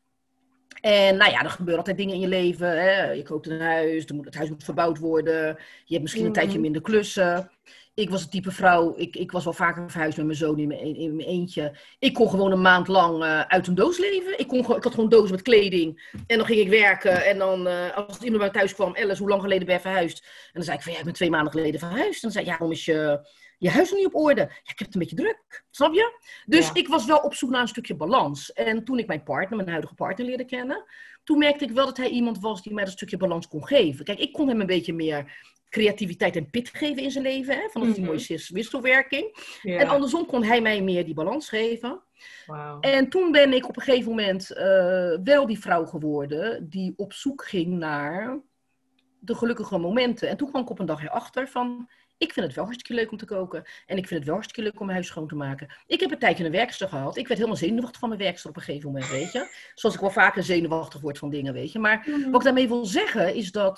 En nou ja, er gebeuren altijd dingen in je leven. Hè? Je koopt een huis, het huis moet verbouwd worden. Je hebt misschien een tijdje minder klussen. Ik was het type vrouw, ik was wel vaker verhuisd met mijn zoon in mijn eentje. Ik kon gewoon een maand lang uit een doos leven. Ik had gewoon dozen met kleding. En dan ging ik werken. En dan, als iemand bij me thuis kwam, Alice, hoe lang geleden ben je verhuisd? En dan zei ik van, ja, ik ben 2 maanden geleden verhuisd. En dan zei ik, ja, waarom is je huis nog niet op orde? Ja, ik heb het een beetje druk, snap je? Dus Ja. ik was wel op zoek naar een stukje balans. En toen ik mijn huidige partner leerde kennen, toen merkte ik wel dat hij iemand was die mij dat stukje balans kon geven. Kijk, ik kon hem een beetje meer creativiteit en pit geven in zijn leven, hè, vanaf die mooie wisselwerking. Ja. En andersom kon hij mij meer die balans geven. Wauw. En toen ben ik op een gegeven moment wel die vrouw geworden die op zoek ging naar de gelukkige momenten. En toen kwam ik op een dag erachter van, ik vind het wel hartstikke leuk om te koken. En ik vind het wel hartstikke leuk om mijn huis schoon te maken. Ik heb een tijdje een werkster gehad. Ik werd helemaal zenuwachtig van mijn werkster op een gegeven moment, weet je. Zoals ik wel vaker zenuwachtig word van dingen, weet je. Maar wat ik daarmee wil zeggen is dat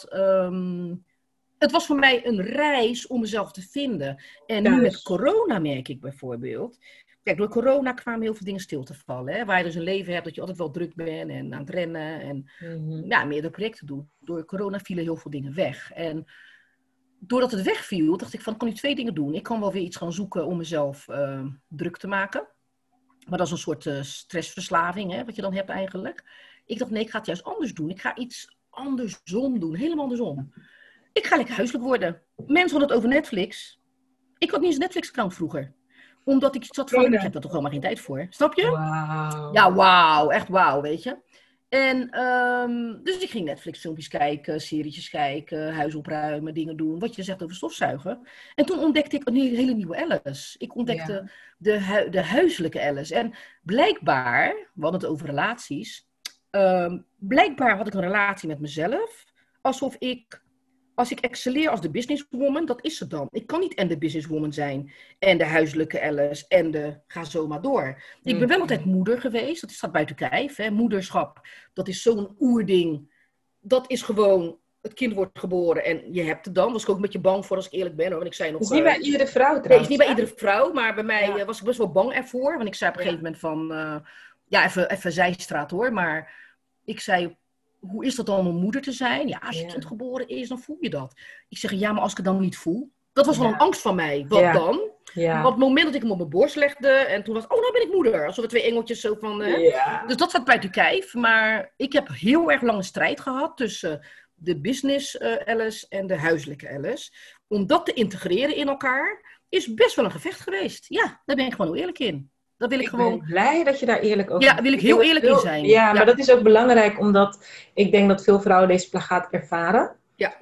het was voor mij een reis om mezelf te vinden. En nu met corona merk ik bijvoorbeeld. Kijk, door corona kwamen heel veel dingen stil te vallen. Hè? Waar je dus een leven hebt dat je altijd wel druk bent en aan het rennen. En ja, meerdere projecten doet. Door corona vielen heel veel dingen weg. En doordat het wegviel, dacht ik van, ik kan nu 2 dingen doen. Ik kan wel weer iets gaan zoeken om mezelf druk te maken. Maar dat is een soort stressverslaving, hè, wat je dan hebt eigenlijk. Ik dacht, nee, ik ga het juist anders doen. Ik ga iets andersom doen, helemaal andersom. Ik ga lekker huiselijk worden. Mensen hadden het over Netflix. Ik had niet eens een Netflix-account vroeger. Omdat ik zat van, ik heb daar toch helemaal geen tijd voor. Snap je? Wauw. Ja, wauw. Echt wauw, weet je. En dus ik ging Netflix-filmpjes kijken, serietjes kijken, huis opruimen, dingen doen. Wat je zegt over stofzuigen. En toen ontdekte ik een hele nieuwe Alice. Ik ontdekte de huiselijke Alice. En blijkbaar, we hadden het over relaties. Blijkbaar had ik een relatie met mezelf. Alsof ik als ik excelleer als de businesswoman, dat is het dan. Ik kan niet en de businesswoman zijn en de huiselijke Alice en de ga zo maar door. Ik ben wel altijd moeder geweest, dat staat buiten kijf. Hè. Moederschap, dat is zo'n oerding. Dat is gewoon, het kind wordt geboren en je hebt het dan. Was ik ook een beetje bang voor als ik eerlijk ben. Hoor. Want ik zei nog, Dat is niet bij iedere vrouw trouwens. Nee, het is niet bij iedere vrouw, maar bij mij was ik best wel bang ervoor. Want ik zei op een gegeven moment van, even zijstraat hoor, maar ik zei, hoe is dat dan om moeder te zijn? Ja, als je kind geboren is, dan voel je dat. Ik zeg, ja, maar als ik het dan niet voel? Dat was wel een angst van mij. Wat dan? Ja. Maar op het moment dat ik hem op mijn borst legde en toen was nou ben ik moeder. Alsof we twee engeltjes zo van... Dus dat zat buiten kijf. Maar ik heb heel erg lange strijd gehad tussen de business Alice en de huiselijke Alice. Om dat te integreren in elkaar is best wel een gevecht geweest. Ja, daar ben ik gewoon heel eerlijk in. Dat wil ik gewoon... ben blij dat je daar eerlijk over bent. Ja, wil ik heel eerlijk in zijn. Ja, maar dat is ook belangrijk, omdat ik denk dat veel vrouwen deze plagaat ervaren. Ja.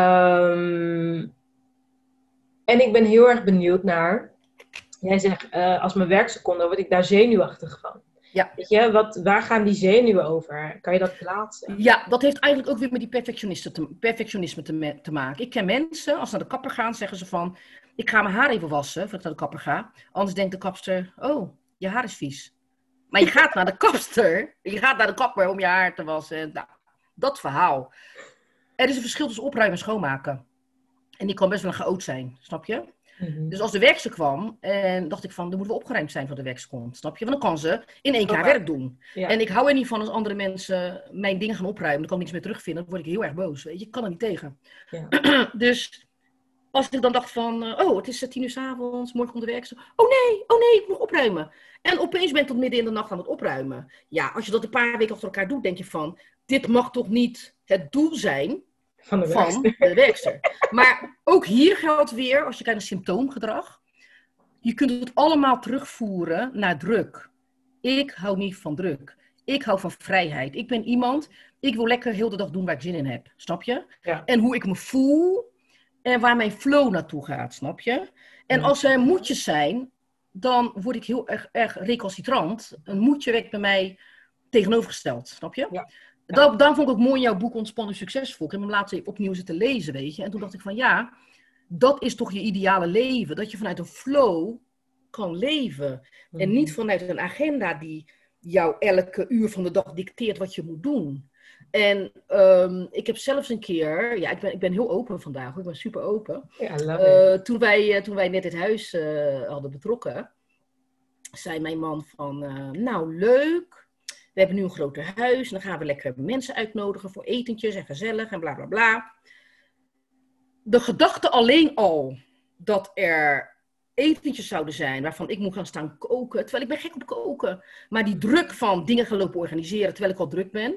En ik ben heel erg benieuwd naar... Jij zegt, als mijn werkseconde word ik daar zenuwachtig van. Ja. Weet je, waar gaan die zenuwen over? Kan je dat plaatsen? Ja, dat heeft eigenlijk ook weer met die perfectionisme te maken. Ik ken mensen, als ze naar de kapper gaan, zeggen ze van... Ik ga mijn haar even wassen, voordat ik naar de kapper ga. Anders denkt de kapster, oh, je haar is vies. Maar je gaat naar de kapster, je gaat naar de kapper om je haar te wassen. Nou, dat verhaal. Er is een verschil tussen opruimen en schoonmaken. En die kan best wel een chaot zijn, snap je? Mm-hmm. Dus als de werkster kwam, en dacht ik van, dan moeten we opgeruimd zijn voor de werkster komt, snap je? Want dan kan ze in één keer haar werk doen. Ja. En ik hou er niet van als andere mensen mijn dingen gaan opruimen, dan kan ik niks meer terugvinden, dan word ik heel erg boos, weet je? Ik kan er niet tegen. Ja. Dus als ik dan dacht van, het is 10:00 's avonds, morgen komt de werkster. Oh nee, ik moet opruimen. En opeens ben ik tot midden in de nacht aan het opruimen. Ja, als je dat een paar weken achter elkaar doet, denk je van, dit mag toch niet het doel zijn van de werkster. Maar ook hier geldt weer, als je kijkt naar symptoomgedrag, je kunt het allemaal terugvoeren naar druk. Ik hou niet van druk. Ik hou van vrijheid. Ik ben iemand, ik wil lekker heel de dag doen waar ik zin in heb. Snap je? Ja. En hoe ik me voel en waar mijn flow naartoe gaat. Snap je? En als er moedjes zijn, dan word ik heel erg recalcitrant. Een moedje werkt bij mij tegenovergesteld. Snap je? Ja. Daarom vond ik ook mooi in jouw boek Ontspannen Succesvol. Ik heb hem laatst opnieuw zitten lezen, weet je. En toen dacht ik van ja, dat is toch je ideale leven. Dat je vanuit een flow kan leven. Mm-hmm. En niet vanuit een agenda die jou elke uur van de dag dicteert wat je moet doen. En ik heb zelfs een keer... Ja, ik ben heel open vandaag. Ik ben super open. Ja, toen wij net het huis hadden betrokken, zei mijn man van... nou, leuk. We hebben nu een groter huis. En dan gaan we lekker mensen uitnodigen voor etentjes en gezellig en bla bla bla. De gedachte alleen al dat er etentjes zouden zijn waarvan ik moet gaan staan koken. Terwijl ik ben gek op koken. Maar die druk van dingen gaan lopen organiseren terwijl ik al druk ben.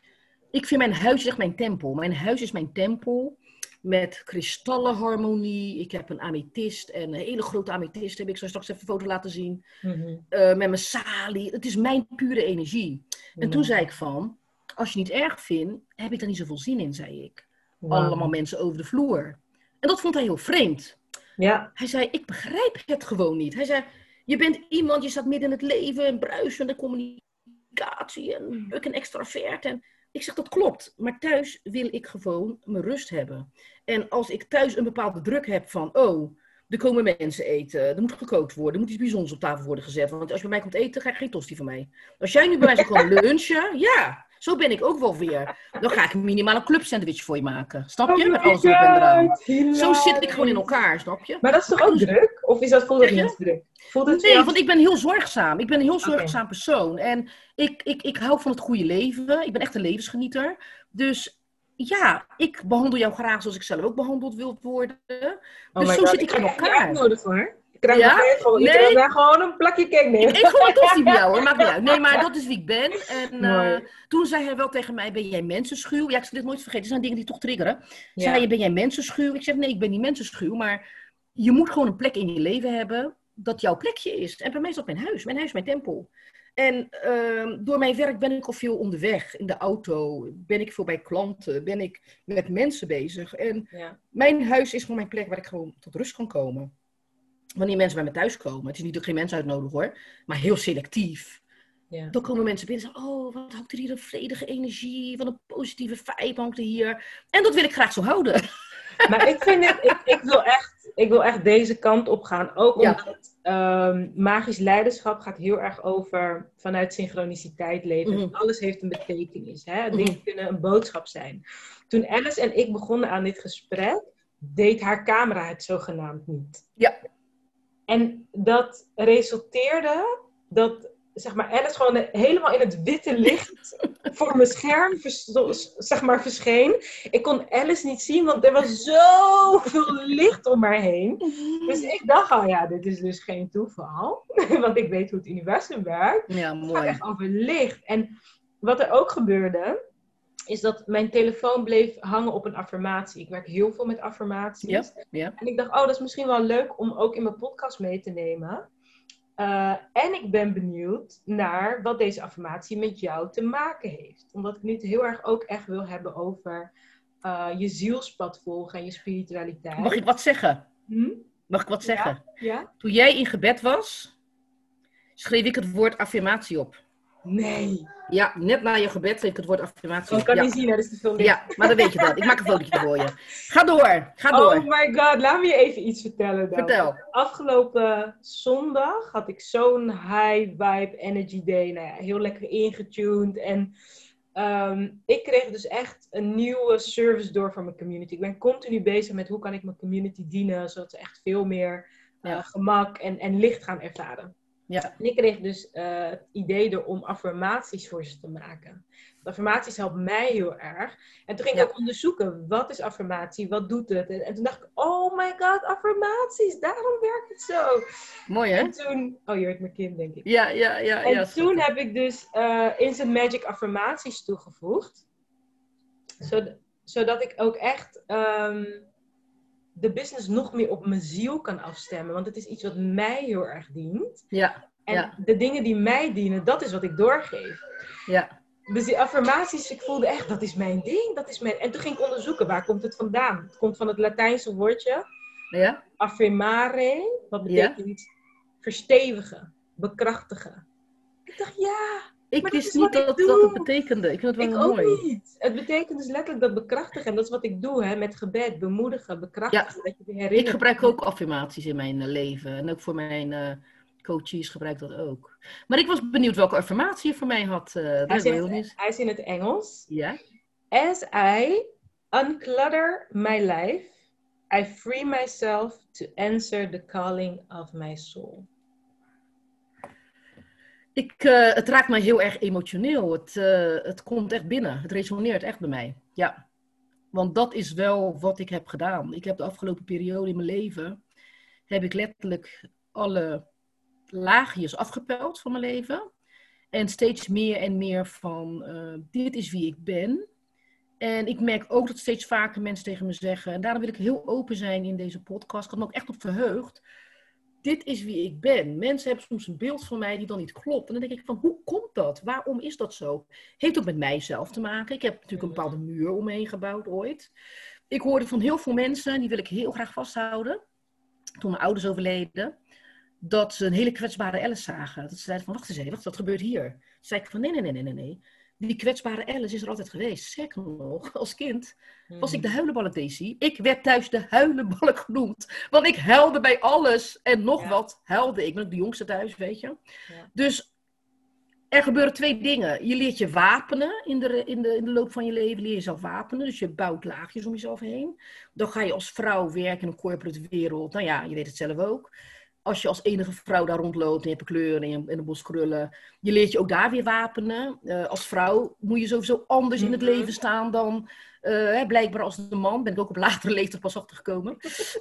Ik vind mijn huis echt mijn tempel. Mijn huis is mijn tempel. Met kristallenharmonie. Ik heb een amethyst. En een hele grote amethyst heb ik. Zal straks even een foto laten zien. Mm-hmm. Met mijn salie. Het is mijn pure energie. Mm-hmm. En toen zei ik van... Als je niet erg vindt, heb ik daar niet zoveel zin in, zei ik. Wow. Allemaal mensen over de vloer. En dat vond hij heel vreemd. Ja. Hij zei, ik begrijp het gewoon niet. Hij zei, je bent iemand, je staat midden in het leven. En bruisende communicatie. En druk en extravert. En ik zeg, dat klopt. Maar thuis wil ik gewoon mijn rust hebben. En als ik thuis een bepaalde druk heb van... er komen mensen eten. Er moet gekookt worden. Er moet iets bijzonders op tafel worden gezet. Want als je bij mij komt eten, krijg je geen tosti van mij. Als jij nu bij mij zou komen lunchen... Ja, zo ben ik ook wel weer. Dan ga ik minimaal een clubsandwich voor je maken. Snap je? Met alles erop en eraan. Zo zit ik gewoon in elkaar, snap je? Maar dat is toch ook druk? Of voelt het niet druk? Nee, want ik ben heel zorgzaam. Ik ben een heel zorgzaam persoon. En ik hou van het goede leven. Ik ben echt een levensgenieter. Dus... Ja, ik behandel jou graag zoals ik zelf ook behandeld wil worden. Dus zo zit ik in elkaar. Ik krijg gewoon een plakje cake neer. Ik eet gewoon een tosti bij jou hoor, maakt niet uit. Nee, maar dat is wie ik ben. En toen zei hij wel tegen mij, ben jij mensenschuw? Ja, ik zal dit nooit vergeten. Er zijn dingen die toch triggeren. Zei hij, ben jij mensenschuw? Ik zeg, nee, ik ben niet mensenschuw. Maar je moet gewoon een plek in je leven hebben dat jouw plekje is. En bij mij is dat mijn huis. Mijn huis is mijn tempel. En door mijn werk ben ik al veel onderweg. In de auto, ben ik veel bij klanten, ben ik met mensen bezig. En mijn huis is gewoon mijn plek waar ik gewoon tot rust kan komen. Wanneer mensen bij me thuis komen, het is niet dat ik geen mensen uitnodig hoor, maar heel selectief. Ja. Dan komen mensen binnen en zeggen, wat hangt er hier een vredige energie, wat een positieve vibe hangt er hier. En dat wil ik graag zo houden. Maar ik vind ik wil echt deze kant op gaan. Ook omdat magisch leiderschap gaat heel erg over vanuit synchroniciteit leven. Mhm. Alles heeft een betekenis. Hè? Dingen kunnen een boodschap zijn. Toen Alice en ik begonnen aan dit gesprek, deed haar camera het zogenaamd niet. Ja. En dat resulteerde dat, zeg maar, Alice gewoon helemaal in het witte licht voor mijn scherm verscheen. Ik kon Alice niet zien, want er was zoveel licht om haar heen. Dus ik dacht al, ja, dit is dus geen toeval. Want ik weet hoe het universum werkt. Ja, Het gaat mooi. echt over licht. En wat er ook gebeurde, is dat mijn telefoon bleef hangen op een affirmatie. Ik werk heel veel met affirmaties. Ja, ja. En ik dacht, dat is misschien wel leuk om ook in mijn podcast mee te nemen. En ik ben benieuwd naar wat deze affirmatie met jou te maken heeft. Omdat ik nu het heel erg ook echt wil hebben over je zielspad volgen en je spiritualiteit. Mag ik wat zeggen? Mag ik wat zeggen? Ja? Toen jij in gebed was, schreef ik het woord affirmatie op. Nee. Ja, net na je gebed schreef ik het woord affirmatie op. Ik kan Ja. niet zien, dat is te veel licht. Ja, maar dan weet je dat. Ik maak een fotootje voor je. Ga door. Oh my god, laat me je even iets vertellen dan. Vertel. Afgelopen zondag had ik zo'n high vibe energy day. Nou ja, heel lekker ingetuned. En ik kreeg dus echt een nieuwe service door van mijn community. Ik ben continu bezig met hoe kan ik mijn community dienen, zodat ze echt veel meer gemak en licht gaan ervaren. Ja. En ik kreeg dus het idee om affirmaties voor ze te maken. Want affirmaties helpen mij heel erg. En toen ging ik ook onderzoeken, wat is affirmatie, wat doet het? En toen dacht ik, oh my god, affirmaties, daarom werkt het zo. Mooi hè? En toen, oh je hoort mijn kind denk ik. Ja. En toen heb ik dus Instant Magic affirmaties toegevoegd. Zodat ik ook echt de business nog meer op mijn ziel kan afstemmen. Want het is iets wat mij heel erg dient. Ja. En de dingen die mij dienen, dat is wat ik doorgeef. Ja. Dus die affirmaties, ik voelde echt, dat is mijn ding. En toen ging ik onderzoeken, waar komt het vandaan? Het komt van het Latijnse woordje. Ja. Affirmare, wat betekent verstevigen, bekrachtigen. Ik dacht, ik wist niet dat het betekende. Ik vind het wel mooi. Ik ook niet. Het betekent dus letterlijk dat bekrachtigen. En dat is wat ik doe, hè, met gebed. Bemoedigen, bekrachtigen. Ja. Dat je herinnert. Ik gebruik ook affirmaties in mijn leven. En ook voor mijn coaches gebruik ik dat ook. Maar ik was benieuwd welke affirmatie je voor mij had. Hij is in het Engels. Ja. As I unclutter my life, I free myself to answer the calling of my soul. Het raakt mij heel erg emotioneel. Het komt echt binnen. Het resoneert echt bij mij. Ja. Want dat is wel wat ik heb gedaan. Ik heb de afgelopen periode in mijn leven, heb ik letterlijk alle laagjes afgepeld van mijn leven. En steeds meer en meer van, dit is wie ik ben. En ik merk ook dat steeds vaker mensen tegen me zeggen, en daarom wil ik heel open zijn in deze podcast. Ik had me ook echt op verheugd. Dit is wie ik ben. Mensen hebben soms een beeld van mij die dan niet klopt. En dan denk ik van, hoe komt dat? Waarom is dat zo? Heeft ook met mijzelf te maken. Ik heb natuurlijk een bepaalde muur omheen gebouwd ooit. Ik hoorde van heel veel mensen, die wil ik heel graag vasthouden. Toen mijn ouders overleden, dat ze een hele kwetsbare Alice zagen. Dat ze zeiden van, wacht eens even, wat gebeurt hier? Toen zei ik van, nee. Die kwetsbare Alice is er altijd geweest. Zeker nog, als kind was ik de huilenbalk, Daisy. Ik werd thuis de huilenbalk genoemd. Want ik huilde bij alles. En nog wat huilde ik. Ik ben ook de jongste thuis, weet je. Ja. Dus er gebeuren 2 dingen. Je leert je wapenen in de loop van je leven. Leer je jezelf wapenen. Dus je bouwt laagjes om jezelf heen. Dan ga je als vrouw werken in een corporate wereld. Nou ja, je weet het zelf ook. Als je als enige vrouw daar rondloopt en je hebt een kleur en een bos krullen. Je leert je ook daar weer wapenen. Als vrouw moet je sowieso anders in het leven staan dan blijkbaar als een man. Ben ik ook op latere leeftijd pas achtergekomen.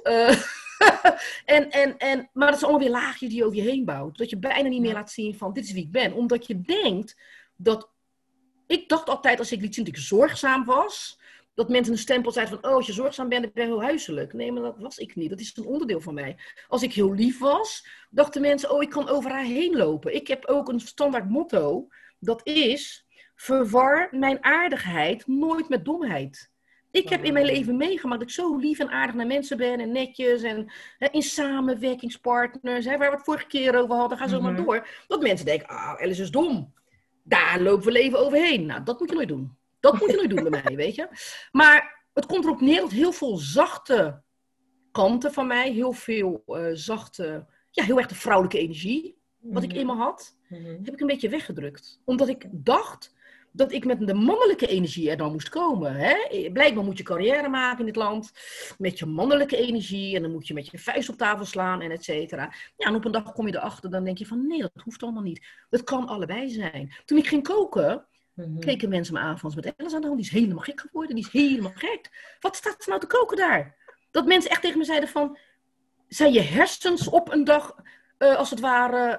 Maar dat zijn allemaal weer laagjes die je over je heen bouwt. Dat je bijna niet meer laat zien van dit is wie ik ben. Omdat je denkt dat... Ik dacht altijd als ik liet zien dat ik zorgzaam was... Dat mensen een stempel zeiden van, als je zorgzaam bent, dan ben je heel huiselijk. Nee, maar dat was ik niet. Dat is een onderdeel van mij. Als ik heel lief was, dachten mensen, ik kan over haar heen lopen. Ik heb ook een standaard motto. Dat is, verwar mijn aardigheid nooit met domheid. Ik heb in mijn leven meegemaakt dat ik zo lief en aardig naar mensen ben en netjes. En in samenwerkingspartners, waar we het vorige keer over hadden, ga zo maar door. Dat mensen denken, Alice is dom. Daar lopen we leven overheen. Nou, dat moet je nooit doen. Dat moet je nooit doen bij mij, weet je. Maar Het komt erop neer dat heel veel zachte kanten van mij, heel veel zachte, ja, heel erg de vrouwelijke energie, wat ik in me had, heb ik een beetje weggedrukt. Omdat ik dacht dat ik met de mannelijke energie er dan moest komen. Hè? Blijkbaar moet je carrière maken in dit land met je mannelijke energie en dan moet je met je vuist op tafel slaan en et cetera. Ja, en op een dag kom je erachter, dan denk je van nee, dat hoeft allemaal niet. Dat kan allebei zijn. Toen ik ging koken, keken mensen me aan van, met Alice aan de hand, die is helemaal gek geworden, die is helemaal gek. Wat staat ze nou te koken daar? Dat mensen echt tegen me zeiden van, zijn je hersens op een dag, als het ware,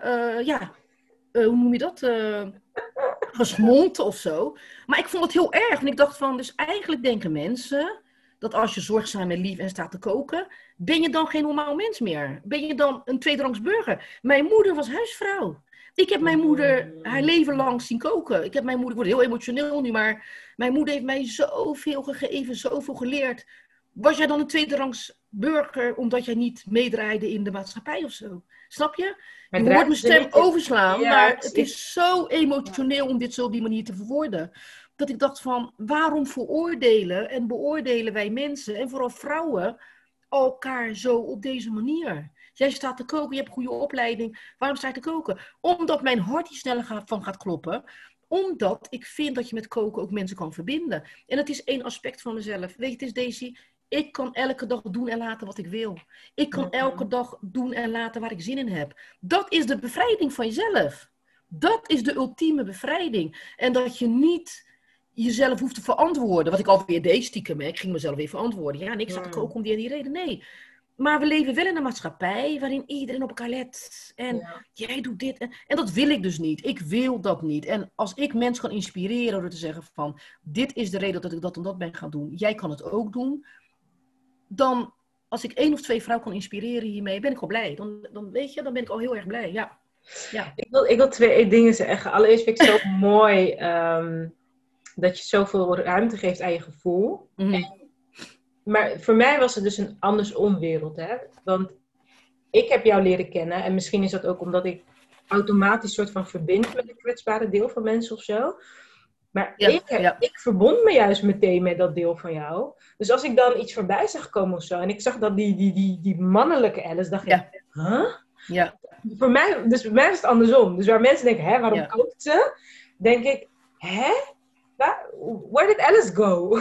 hoe noem je dat? Gesmolten of zo. Maar ik vond het heel erg. En ik dacht van, dus eigenlijk denken mensen dat als je zorgzaam en lief en staat te koken, ben je dan geen normaal mens meer? Ben je dan een tweederangs burger? Mijn moeder was huisvrouw. Ik heb mijn moeder haar leven lang zien koken. Ik word heel emotioneel nu, maar mijn moeder heeft mij zoveel gegeven, zoveel geleerd. Was jij dan een tweederangs burger omdat jij niet meedraaide in de maatschappij of zo? Snap je? Je hoort mijn stem overslaan, ja, maar het is zo emotioneel om dit zo op die manier te verwoorden. Dat ik dacht van, waarom veroordelen en beoordelen wij mensen, en vooral vrouwen, elkaar zo op deze manier? Jij staat te koken, je hebt een goede opleiding. Waarom sta je te koken? Omdat mijn hart hier sneller van gaat kloppen. Omdat ik vind dat je met koken ook mensen kan verbinden. En het is één aspect van mezelf. Weet je, het is Daisy, ik kan elke dag doen en laten wat ik wil. Ik kan elke dag doen en laten waar ik zin in heb. Dat is de bevrijding van jezelf. Dat is de ultieme bevrijding. En dat je niet jezelf hoeft te verantwoorden. Wat ik alweer deed stiekem. Ik ging mezelf weer verantwoorden. Ja, en ik zat te koken om die en die reden. Nee. Maar we leven wel in een maatschappij waarin iedereen op elkaar let. En jij doet dit. En dat wil ik dus niet. Ik wil dat niet. En als ik mensen kan inspireren door te zeggen van, dit is de reden dat ik dat en dat ben gaan doen. Jij kan het ook doen. Dan, als ik 1 of 2 vrouwen kan inspireren hiermee, ben ik al blij. Dan weet je, dan ben ik al heel erg blij. Ja. Ja. Ik wil 2 dingen zeggen. Allereerst vind ik het zo mooi dat je zoveel ruimte geeft aan je gevoel. Maar voor mij was het dus een andersom wereld. Hè? Want ik heb jou leren kennen. En misschien is dat ook omdat ik automatisch soort van verbind met een kwetsbare deel van mensen of zo. Maar ik verbond me juist meteen met dat deel van jou. Dus als ik dan iets voorbij zag komen of zo. En ik zag dat die mannelijke Alice. Dacht ik, huh? Ja. Voor mij is het andersom. Dus waar mensen denken, hè, waarom kookt ze? Denk ik, hè? Where did Alice go?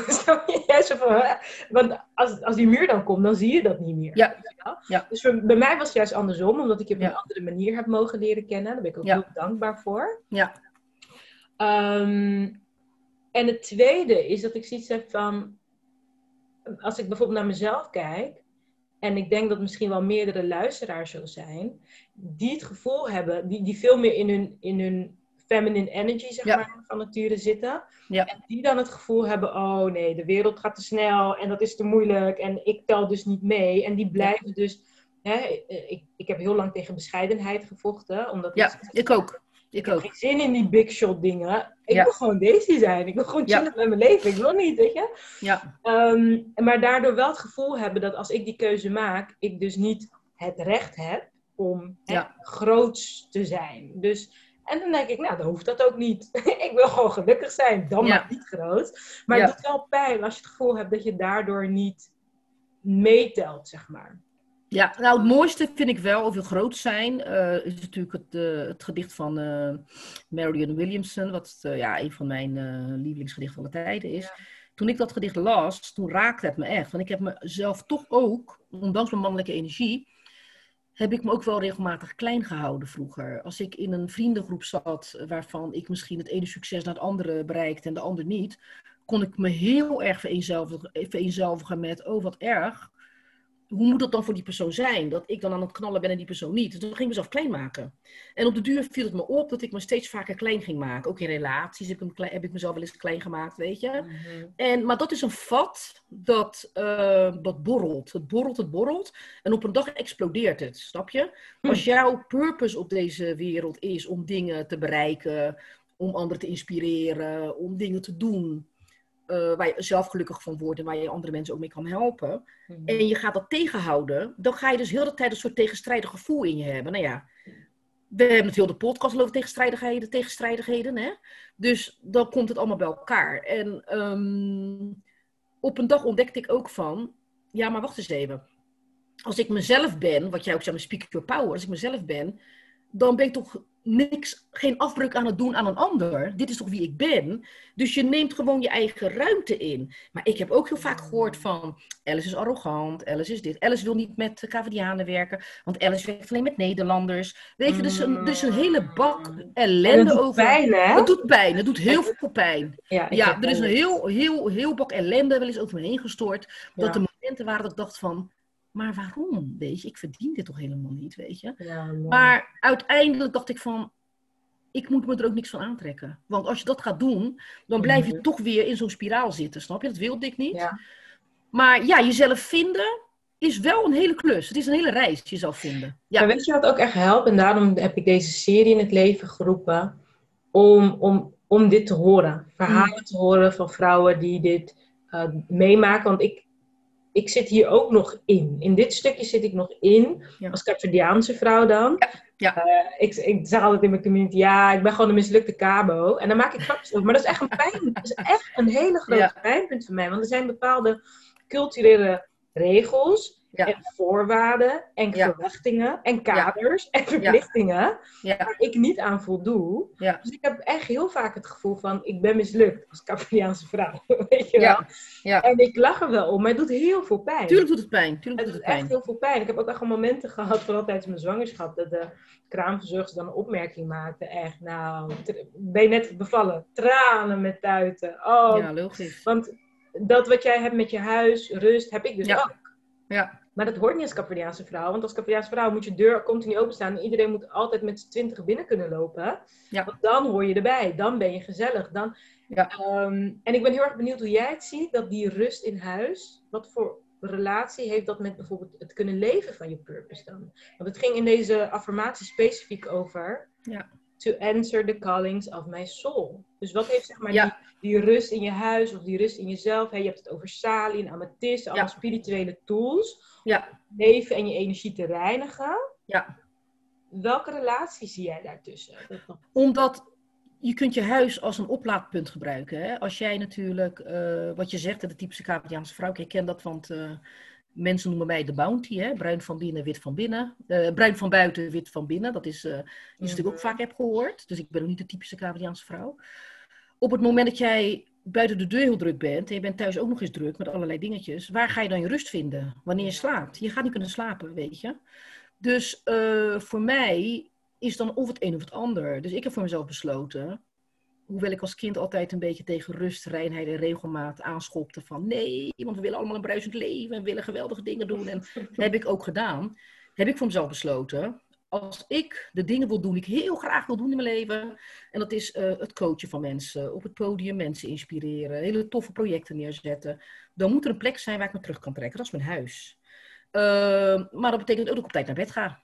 Want als die muur dan komt, dan zie je dat niet meer. Ja. Dus bij mij was het juist andersom, omdat ik je op een andere manier heb mogen leren kennen. Daar ben ik ook heel dankbaar voor. Ja. En het tweede is dat ik zoiets heb van, als ik bijvoorbeeld naar mezelf kijk, en ik denk dat misschien wel meerdere luisteraars zo zijn, die het gevoel hebben, die veel meer in hun feminine energy, zeg maar, van nature zitten. Ja. En die dan het gevoel hebben, oh nee, de wereld gaat te snel en dat is te moeilijk en ik tel dus niet mee. En die blijven dus, hè, ik heb heel lang tegen bescheidenheid gevochten. Omdat ik ook. Ik heb geen zin in die big shot dingen. Ik wil gewoon Daisy zijn. Ik wil gewoon chillen met mijn leven. Ik wil niet, weet je. Ja. Maar daardoor wel het gevoel hebben dat als ik die keuze maak, ik dus niet het recht heb om groots te zijn. Dus, en dan denk ik, nou, dan hoeft dat ook niet. Ik wil gewoon gelukkig zijn. Dan maar niet groot. Maar het doet wel pijn als je het gevoel hebt dat je daardoor niet meetelt, zeg maar. Ja, nou het mooiste vind ik wel over groot zijn, is natuurlijk het gedicht van Marianne Williamson, wat een van mijn lievelingsgedichten van de tijden is. Ja. Toen ik dat gedicht las, toen raakte het me echt. Want ik heb mezelf toch ook, ondanks mijn mannelijke energie, heb ik me ook wel regelmatig klein gehouden vroeger. Als ik in een vriendengroep zat, waarvan ik misschien het ene succes naar het andere bereikte en de ander niet, kon ik me heel erg vereenzelvigen met, oh wat erg. Hoe moet dat dan voor die persoon zijn? Dat ik dan aan het knallen ben en die persoon niet. Dus dan ging ik mezelf klein maken. En op de duur viel het me op dat ik me steeds vaker klein ging maken. Ook in relaties heb ik mezelf wel eens klein gemaakt, weet je. Maar dat is een vat dat borrelt. Het borrelt. En op een dag explodeert het, snap je? Als jouw purpose op deze wereld is om dingen te bereiken, om anderen te inspireren, om dingen te doen waar je zelf gelukkig van wordt en waar je andere mensen ook mee kan helpen. En je gaat dat tegenhouden, dan ga je dus heel de tijd een soort tegenstrijdig gevoel in je hebben. Nou ja, we hebben het heel de podcast over tegenstrijdigheden, hè? Dus dan komt het allemaal bij elkaar. En op een dag ontdekte ik ook van, ja, maar wacht eens even. Als ik mezelf ben, wat jij ook zei, speak your power, als ik mezelf ben, dan ben ik toch geen afbreuk aan het doen aan een ander. Dit is toch wie ik ben? Dus je neemt gewoon je eigen ruimte in. Maar ik heb ook heel vaak gehoord van, Alice is arrogant, Alice is dit. Alice wil niet met Cavadianen werken, want Alice werkt alleen met Nederlanders. Weet je, dus een hele bak En het ellende doet over. pijn, hè? Het doet pijn, het doet heel veel pijn. Ja, Ja, er is een heel bak ellende wel eens over me heen gestort. Dat er momenten waren dat ik dacht van, maar waarom? Weet je, ik verdien dit toch helemaal niet, weet je. Ja, maar uiteindelijk dacht ik van, ik moet me er ook niks van aantrekken. Want als je dat gaat doen, dan blijf je toch weer in zo'n spiraal zitten, snap je? Dat wilde ik niet. Ja. Maar ja, jezelf vinden is wel een hele klus. Het is een hele reis, jezelf vinden. Ja. Maar weet je wat ook echt helpt? En daarom heb ik deze serie in het leven geroepen. Om dit te horen. Verhalen te horen van vrouwen die dit meemaken. Want ik zit hier ook nog in. In dit stukje zit ik nog in. Ja. Als Capriaanse vrouw dan. Ja. Ik zeg altijd in mijn community. Ja, ik ben gewoon een mislukte cabo. En dan maak ik grapjes over. Maar dat is echt een pijn. Dat is echt een hele grote pijnpunt voor mij. Want er zijn bepaalde culturele regels. Ja. En voorwaarden. En verwachtingen. En kaders. En verplichtingen. Waar ik niet aan voldoe. Ja. Dus ik heb echt heel vaak het gevoel van. Ik ben mislukt als Capriaanse vrouw. Weet je wel? Ja. En ik lach er wel om. Maar het doet heel veel pijn. Tuurlijk doet het pijn. Het doet echt heel veel pijn. Ik heb ook echt momenten gehad. Vooral tijdens mijn zwangerschap. Dat de kraamverzorgster dan een opmerking maakte. Echt, nou. Ben je net bevallen? Tranen met tuiten. Oh. Ja, logisch. Want dat wat jij hebt met je huis, rust, heb ik dus ook. Ja. Maar dat hoort niet als Capriaanse vrouw. Want als Capriaanse vrouw moet je deur continu openstaan. En iedereen moet altijd met z'n 20 binnen kunnen lopen. Ja. Want dan hoor je erbij. Dan ben je gezellig. En ik ben heel erg benieuwd hoe jij het ziet. Dat die rust in huis. Wat voor relatie heeft dat met bijvoorbeeld het kunnen leven van je purpose dan? Want het ging in deze affirmatie specifiek over. Ja. To answer the callings of my soul. Dus wat heeft zeg maar die rust in je huis of die rust in jezelf. Hey, je hebt het over Sali en amethyst, allemaal spirituele tools. Ja. Om je leven en je energie te reinigen. Ja. Welke relatie zie jij daartussen? Omdat je kunt je huis als een oplaadpunt gebruiken. Hè? Als jij natuurlijk, wat je zegt, de typische Cavadiaanse vrouw, ik ken dat, want mensen noemen mij de bounty, hè? Bruin van binnen, wit van binnen. Bruin van buiten, wit van binnen. Dat is iets dat ik ook vaak heb gehoord. Dus ik ben ook niet de typische Cavadiaanse vrouw. Op het moment dat jij buiten de deur heel druk bent en je bent thuis ook nog eens druk met allerlei dingetjes, waar ga je dan je rust vinden wanneer je slaapt? Je gaat niet kunnen slapen, weet je. Dus voor mij is dan of het een of het ander. Dus ik heb voor mezelf besloten, hoewel ik als kind altijd een beetje tegen rust, reinheid en regelmaat aanschopte van nee, want we willen allemaal een bruisend leven en willen geweldige dingen doen. En dat heb ik ook gedaan. Heb ik voor mezelf besloten, als ik de dingen wil doen die ik heel graag wil doen in mijn leven, en dat is het coachen van mensen, op het podium mensen inspireren, hele toffe projecten neerzetten, dan moet er een plek zijn waar ik me terug kan trekken. Dat is mijn huis. Maar dat betekent ook dat ik op tijd naar bed ga.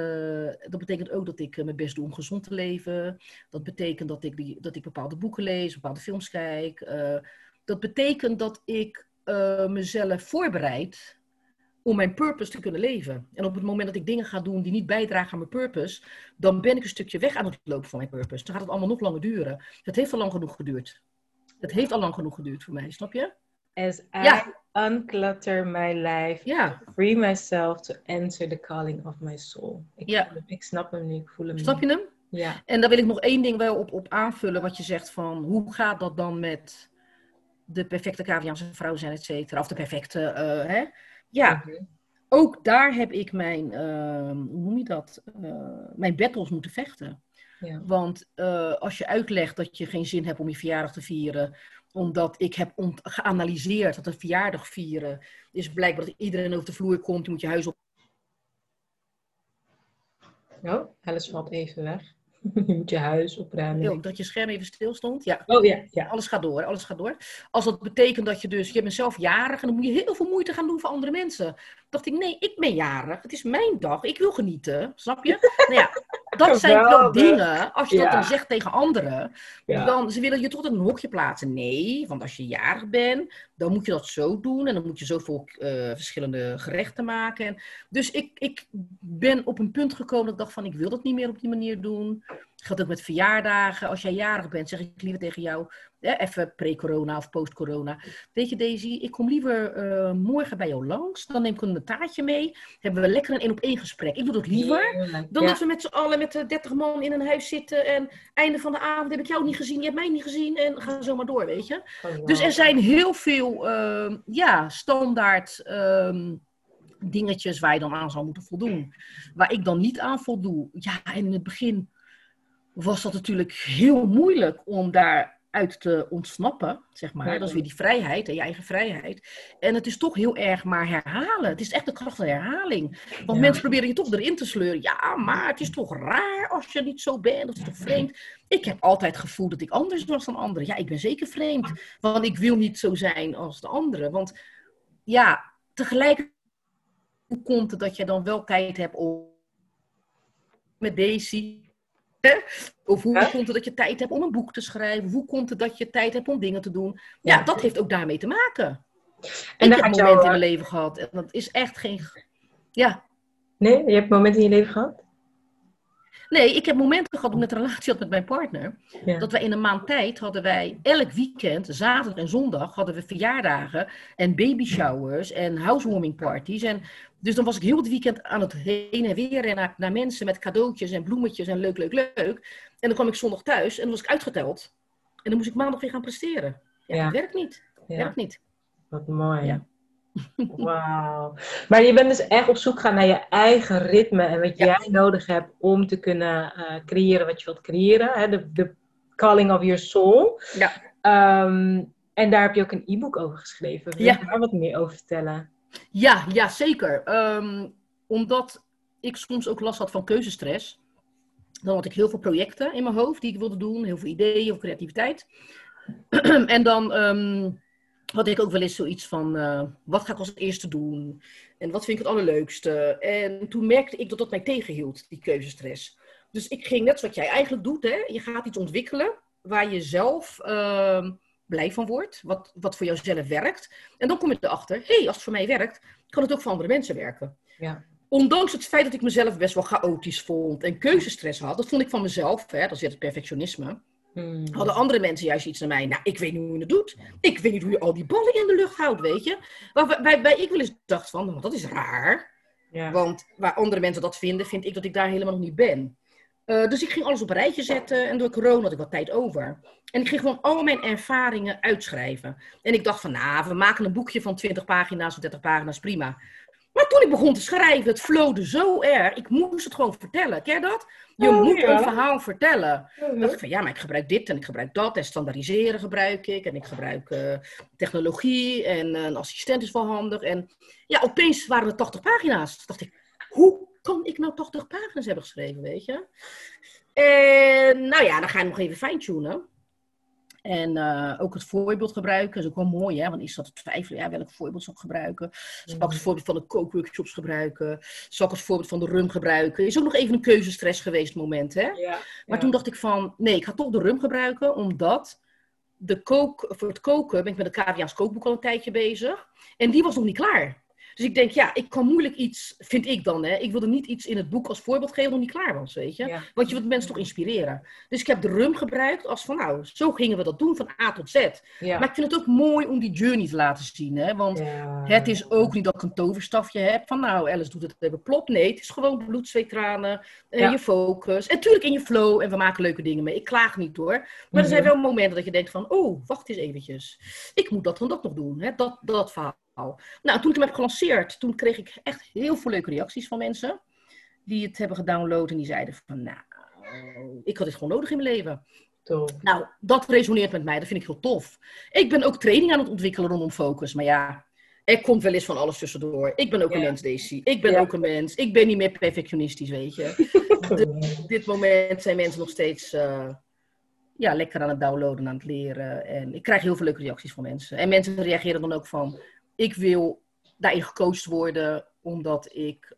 Dat betekent ook dat ik mijn best doe om gezond te leven. Dat betekent dat ik bepaalde boeken lees, bepaalde films kijk. Dat betekent dat ik mezelf voorbereid om mijn purpose te kunnen leven. En op het moment dat ik dingen ga doen die niet bijdragen aan mijn purpose, dan ben ik een stukje weg aan het lopen van mijn purpose. Dan gaat het allemaal nog langer duren. Het heeft al lang genoeg geduurd. Het heeft al lang genoeg geduurd voor mij, snap je? As I unclutter my life, free myself to answer the calling of my soul. Ik snap hem nu, ik voel hem. Snap je hem? Ja. En daar wil ik nog één ding wel op aanvullen, wat je zegt van, hoe gaat dat dan met de perfecte Cavadiaanse vrouw zijn, et cetera, of de perfecte, hè? Ja, ook daar heb ik mijn, hoe noem je dat, mijn battles moeten vechten. Ja. Want als je uitlegt dat je geen zin hebt om je verjaardag te vieren, omdat ik heb geanalyseerd dat een verjaardag vieren is blijkbaar dat iedereen over de vloer komt, je moet je huis op. Oh, Alice valt even weg. Je moet je huis opruimen. Dat je scherm even stil stond. Ja. Oh ja. Alles gaat door, alles gaat door. Als dat betekent dat je bent zelf jarig en dan moet je heel veel moeite gaan doen voor andere mensen. Dacht ik, nee, ik ben jarig. Het is mijn dag. Ik wil genieten. Snap je? Nou ja, dat zijn wel dingen, als je dat dan zegt tegen anderen, dan ze willen je tot een hokje plaatsen. Nee, want als je jarig bent, dan moet je dat zo doen en dan moet je zoveel verschillende gerechten maken. Dus ik ben op een punt gekomen dat ik dacht van, ik wil dat niet meer op die manier doen. Geldt ook met verjaardagen. Als jij jarig bent, zeg ik liever tegen jou, even pre-corona of post-corona. Weet je Daisy, ik kom liever morgen bij jou langs. Dan neem ik een taartje mee. Hebben we lekker een 1-op-1 gesprek. Ik doe dat liever dan dat we met z'n allen met 30 man in een huis zitten. En einde van de avond heb ik jou niet gezien, je hebt mij niet gezien. En ga zo maar door, weet je. Dus er zijn heel veel standaard dingetjes waar je dan aan zou moeten voldoen. Waar ik dan niet aan voldoe. Ja, en in het begin was dat natuurlijk heel moeilijk om daaruit te ontsnappen, zeg maar. Dat is weer die vrijheid, je eigen vrijheid. En het is toch heel erg maar herhalen. Het is echt de kracht van herhaling. Want mensen proberen je toch erin te sleuren. Ja, maar het is toch raar als je niet zo bent. Dat is toch vreemd? Ik heb altijd het gevoel dat ik anders was dan anderen. Ja, ik ben zeker vreemd. Want ik wil niet zo zijn als de anderen. Want ja, tegelijkertijd, hoe komt het dat je dan wel tijd hebt om met Daisy... Of hoe komt het dat je tijd hebt om een boek te schrijven? Hoe komt het dat je tijd hebt om dingen te doen? Ja, dat heeft ook daarmee te maken. En ik heb momenten in mijn leven gehad. En dat is echt geen... Ja. Nee, je hebt momenten in je leven gehad? Nee, ik heb momenten gehad toen ik net een relatie had met mijn partner. Ja. Dat wij in een maand tijd hadden wij elk weekend, zaterdag en zondag, hadden we verjaardagen en baby showers en housewarming parties. En dus dan was ik heel het weekend aan het heen en weer rennen naar mensen met cadeautjes en bloemetjes en leuk. En dan kwam ik zondag thuis en dan was ik uitgeteld. En dan moest ik maandag weer gaan presteren. Ja, dat werkt niet. Werkt niet. Wat mooi. Ja. Wauw. Maar je bent dus echt op zoek gaan naar je eigen ritme en wat jij nodig hebt om te kunnen creëren wat je wilt creëren. Hè? De calling of your soul. Ja. En daar heb je ook een e-book over geschreven. Wil je daar wat meer over vertellen? Ja, zeker. Omdat ik soms ook last had van keuzestress. Dan had ik heel veel projecten in mijn hoofd die ik wilde doen. Heel veel ideeën of creativiteit. En dan... had ik ook wel eens zoiets van, wat ga ik als eerste doen? En wat vind ik het allerleukste? En toen merkte ik dat dat mij tegenhield, die keuzestress. Dus ik ging net zoals jij eigenlijk doet, hè? Je gaat iets ontwikkelen waar je zelf blij van wordt. Wat voor jouzelf werkt. En dan kom je erachter, als het voor mij werkt, kan het ook voor andere mensen werken. Ja. Ondanks het feit dat ik mezelf best wel chaotisch vond en keuzestress had, dat vond ik van mezelf, hè? Dat zit het perfectionisme. Hadden andere mensen juist iets naar mij. Nou, ik weet niet hoe je het doet. Ik weet niet hoe je al die ballen in de lucht houdt, weet je. Waarbij ik wel eens dacht van, nou, dat is raar. Ja. Want waar andere mensen dat vinden, vind ik dat ik daar helemaal nog niet ben. Dus ik ging alles op een rijtje zetten. En door corona had ik wat tijd over. En ik ging gewoon al mijn ervaringen uitschrijven. En ik dacht van, nou, we maken een boekje van 20 pagina's of 30 pagina's, prima. Maar toen ik begon te schrijven, het flowde zo erg. Ik moest het gewoon vertellen. Ken je dat? Je moet een verhaal vertellen. Dan dacht ik van, ja, maar ik gebruik dit en ik gebruik dat. En standaardiseren gebruik ik. En ik gebruik technologie. En een assistent is wel handig. En ja, opeens waren het 80 pagina's. Toen dacht ik, hoe kan ik nou 80 pagina's hebben geschreven, weet je? En nou ja, dan ga je nog even fine-tunen. En ook het voorbeeld gebruiken, is ook wel mooi, hè? Want ik zat te twijfelen, welk voorbeeld zal ik gebruiken? Zal ik het voorbeeld van de kookworkshops gebruiken? Zal ik het voorbeeld van de rum gebruiken? Is ook nog even een keuzestress geweest moment, hè? Maar toen dacht ik van, nee, ik ga toch de rum gebruiken, omdat voor het koken ben ik met het Caviaans kookboek al een tijdje bezig. En die was nog niet klaar. Dus ik denk, ja, ik kan moeilijk iets, vind ik dan, hè. Ik wilde niet iets in het boek als voorbeeld geven dat nog niet klaar was, weet je. Ja. Want je wilt mensen toch inspireren. Dus ik heb de rum gebruikt als van, nou, zo gingen we dat doen, van A tot Z. Ja. Maar ik vind het ook mooi om die journey te laten zien, hè. Want het is ook niet dat ik een toverstafje heb van, nou, Alice doet het even plop. Nee, het is gewoon bloed, zweet, tranen, je focus. En natuurlijk in je flow en we maken leuke dingen mee. Ik klaag niet, hoor. Maar er zijn wel momenten dat je denkt van, oh, wacht eens eventjes. Ik moet dat en dat nog doen, hè. Dat verhaal. Nou, toen ik hem heb gelanceerd, toen kreeg ik echt heel veel leuke reacties van mensen die het hebben gedownload en die zeiden van, nou, ik had dit gewoon nodig in mijn leven. Tof. Nou, dat resoneert met mij, dat vind ik heel tof. Ik ben ook training aan het ontwikkelen rondom focus, maar ja, er komt wel eens van alles tussendoor. Ik ben ook een mens, Daisy. Ik ben ook een mens. Ik ben niet meer perfectionistisch, weet je. Op dit moment zijn mensen nog steeds lekker aan het downloaden, aan het leren. En ik krijg heel veel leuke reacties van mensen. En mensen reageren dan ook van, ik wil daarin gecoacht worden, omdat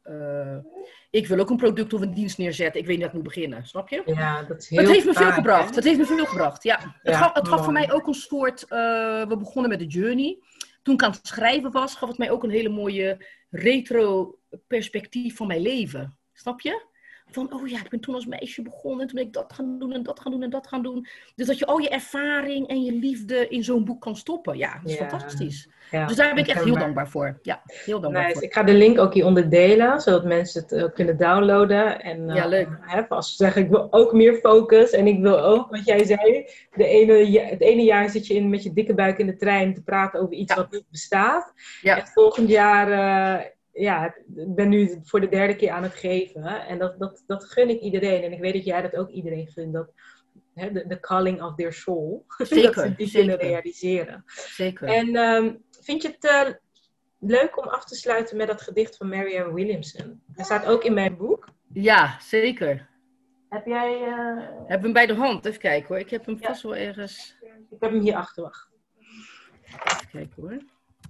ik wil ook een product of een dienst neerzetten. Ik weet niet dat ik moet beginnen, snap je? Ja, dat is heel Het heeft me vaak, veel gebracht. Hè? Het heeft me veel gebracht, ja. Het gaf voor mij ook een soort, we begonnen met de journey. Toen ik aan het schrijven was, gaf het mij ook een hele mooie retro perspectief van mijn leven. Snap je? Van, oh ja, ik ben toen als meisje begonnen. En toen ben ik dat gaan doen en dat gaan doen en dat gaan doen. Dus dat je al je ervaring en je liefde in zo'n boek kan stoppen. Ja, dat is fantastisch. Dus daar ben ik echt heel dankbaar voor. Ja, heel dankbaar Nice. voor. Ik ga de link ook hieronder delen, zodat mensen het ook kunnen downloaden. En Ja, leuk. als ze zeggen, ik wil ook meer focus en ik wil ook, wat jij zei, het ene jaar zit je met je dikke buik in de trein te praten over iets wat niet bestaat. Ja. En het volgend jaar, ik ben nu voor de 3e keer aan het geven. En dat gun ik iedereen. En ik weet dat jij dat ook iedereen gunt. Dat, de calling of their soul. Zeker, dat ze die zeker. kunnen realiseren. Zeker. En vind je het leuk om af te sluiten met dat gedicht van Marianne Williamson? Hij staat ook in mijn boek. Ja, zeker. Heb jij... Heb je hem bij de hand? Even kijken hoor. Ik heb hem vast wel ergens... Ik heb hem hier achter, wacht. Even kijken hoor.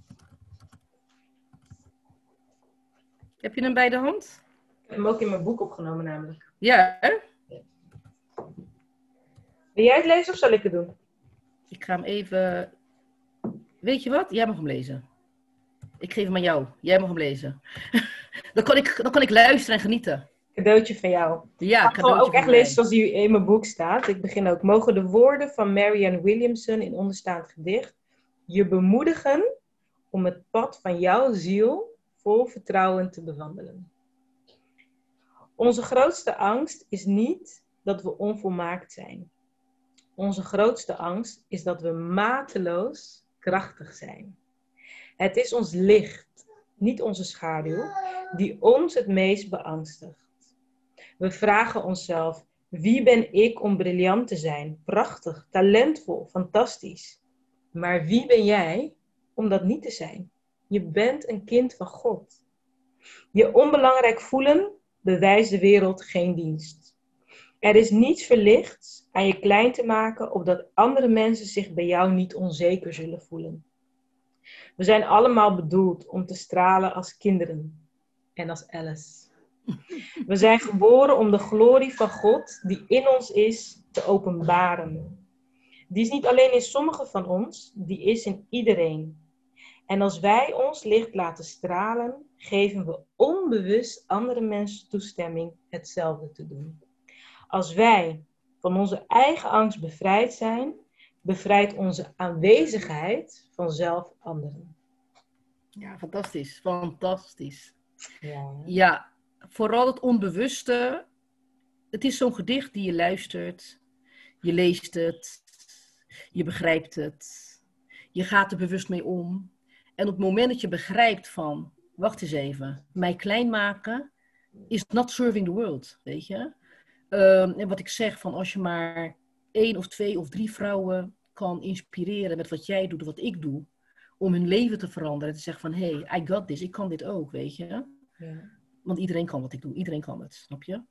Heb je hem bij de hand? Ik heb hem ook in mijn boek opgenomen namelijk. Ja, hè? Wil jij het lezen of zal ik het doen? Ik ga hem even... Weet je wat? Jij mag hem lezen. Ik geef hem aan jou. Jij mag hem lezen. dan kan ik luisteren en genieten. Cadeautje van jou. Ja, ik ga ook echt lezen zoals die in mijn boek staat. Ik begin ook. Mogen de woorden van Marianne Williamson in onderstaand gedicht je bemoedigen om het pad van jouw ziel vol vertrouwen te bewandelen. Onze grootste angst is niet dat we onvolmaakt zijn. Onze grootste angst is dat we mateloos krachtig zijn. Het is ons licht, niet onze schaduw, die ons het meest beangstigt. We vragen onszelf, wie ben ik om briljant te zijn, prachtig, talentvol, fantastisch. Maar wie ben jij om dat niet te zijn? Je bent een kind van God. Je onbelangrijk voelen bewijst de wereld geen dienst. Er is niets verlichts aan je klein te maken, opdat andere mensen zich bij jou niet onzeker zullen voelen. We zijn allemaal bedoeld om te stralen als kinderen en als Alice. We zijn geboren om de glorie van God die in ons is te openbaren. Die is niet alleen in sommigen van ons, die is in iedereen. En als wij ons licht laten stralen, geven we onbewust andere mensen toestemming hetzelfde te doen. Als wij van onze eigen angst bevrijd zijn, bevrijdt onze aanwezigheid vanzelf anderen. Ja, fantastisch. Fantastisch. Ja. Ja, vooral het onbewuste. Het is zo'n gedicht die je luistert. Je leest het. Je begrijpt het. Je gaat er bewust mee om. En op het moment dat je begrijpt van... Wacht eens even. Mij klein maken is not serving the world. Weet je? En wat ik zeg van als je maar 1 of 2 of 3 vrouwen kan inspireren met wat jij doet of wat ik doe. Om hun leven te veranderen. En te zeggen van hey, I got this. Ik kan dit ook. Weet je? Ja. Want iedereen kan wat ik doe. Iedereen kan het. Snap je?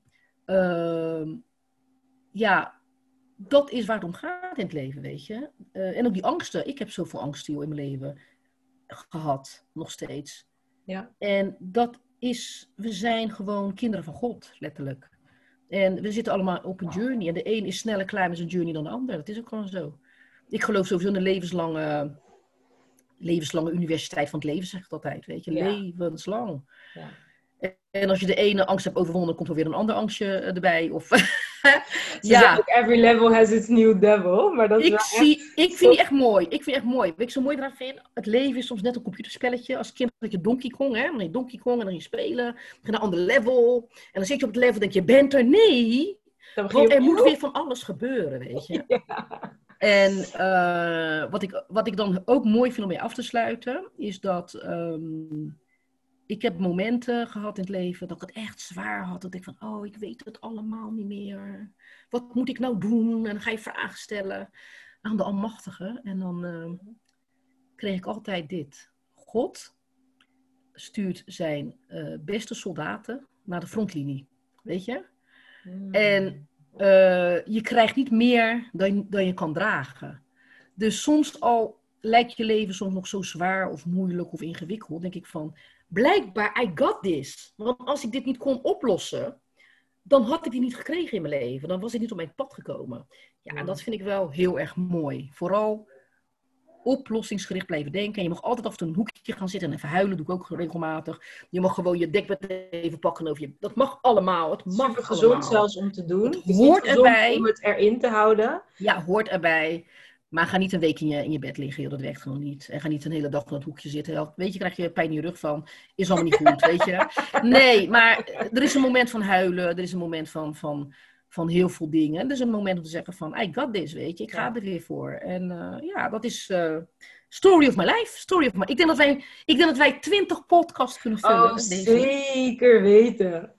Ja, dat is waar het om gaat in het leven, weet je. En ook die angsten. Ik heb zoveel angsten in mijn leven gehad. Nog steeds. Ja. En dat is... We zijn gewoon kinderen van God, letterlijk. En we zitten allemaal op een journey. En de een is sneller klaar met zijn journey dan de ander. Dat is ook gewoon zo. Ik geloof sowieso in de levenslange universiteit van het leven, zeg ik altijd. Weet je, levenslang. Ja. En als je de ene angst hebt overwonnen, komt er weer een ander angstje erbij. Of ja. Ook every level has its new devil. Maar dat ik vind die echt mooi. Ik vind echt mooi. Weet ik zo mooi eraan vind? Het leven is soms net een computerspelletje. Als kind had je Donkey Kong, hè? Dan je Donkey Kong en dan je spelen. Dan ga je naar een ander level. En dan zit je op het level en denk je, bent er? Nee. Want er moet weer van alles gebeuren, weet je. Ja. En wat ik dan ook mooi vind om mee af te sluiten, is dat ik heb momenten gehad in het leven dat ik het echt zwaar had. Dat ik van, oh, ik weet het allemaal niet meer. Wat moet ik nou doen? En dan ga je vragen stellen aan de Almachtige. En dan kreeg ik altijd dit. God stuurt zijn beste soldaten naar de frontlinie. Weet je? En je krijgt niet meer dan je kan dragen. Dus soms al lijkt je leven soms nog zo zwaar of moeilijk of ingewikkeld, denk ik van, blijkbaar I got this. Want als ik dit niet kon oplossen, dan had ik die niet gekregen in mijn leven. Dan was ik niet op mijn pad gekomen. Ja, en dat vind ik wel heel erg mooi. Vooral oplossingsgericht blijven denken. En je mag altijd af en toe een hoekje gaan zitten en even huilen. Dat doe ik ook regelmatig. Je mag gewoon je dekbed even pakken. Dat mag allemaal. Het mag Super gezond allemaal. zelfs om te doen. Het Het is hoort niet gezond erbij. om het erin te houden. Ja, hoort erbij. Maar ga niet een week in je bed liggen, joh. Dat werkt gewoon niet. En ga niet een hele dag in dat hoekje zitten. Weet je, krijg je pijn in je rug van. Is allemaal niet goed, weet je. Nee, maar er is een moment van huilen. Er is een moment van heel veel dingen. Er is een moment om te zeggen van, I got this, weet je. Ik ga er weer voor. En dat is story of my life. Story of my... Ik denk dat wij 20 podcasts kunnen vullen. Oh, zeker weten.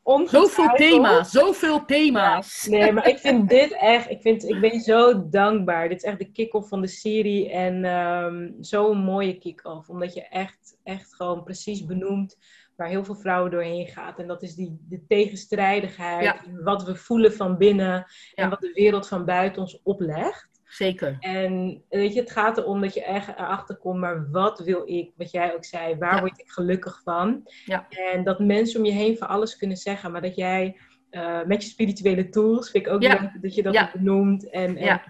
Zoveel thema's. Ja, nee, maar ik vind dit echt... Ik ben zo dankbaar. Dit is echt de kick-off van de serie. En zo'n mooie kick-off. Omdat je echt gewoon precies benoemt waar heel veel vrouwen doorheen gaat. En dat is de tegenstrijdigheid. Ja. Wat we voelen van binnen. Ja. En wat de wereld van buiten ons oplegt. Zeker. En weet je, het gaat erom dat je echt erachter komt, maar wat wil ik? Wat jij ook zei, waar word ik gelukkig van? Ja. En dat mensen om je heen van alles kunnen zeggen, maar dat jij met je spirituele tools, vind ik ook leuk dat je dat benoemt. En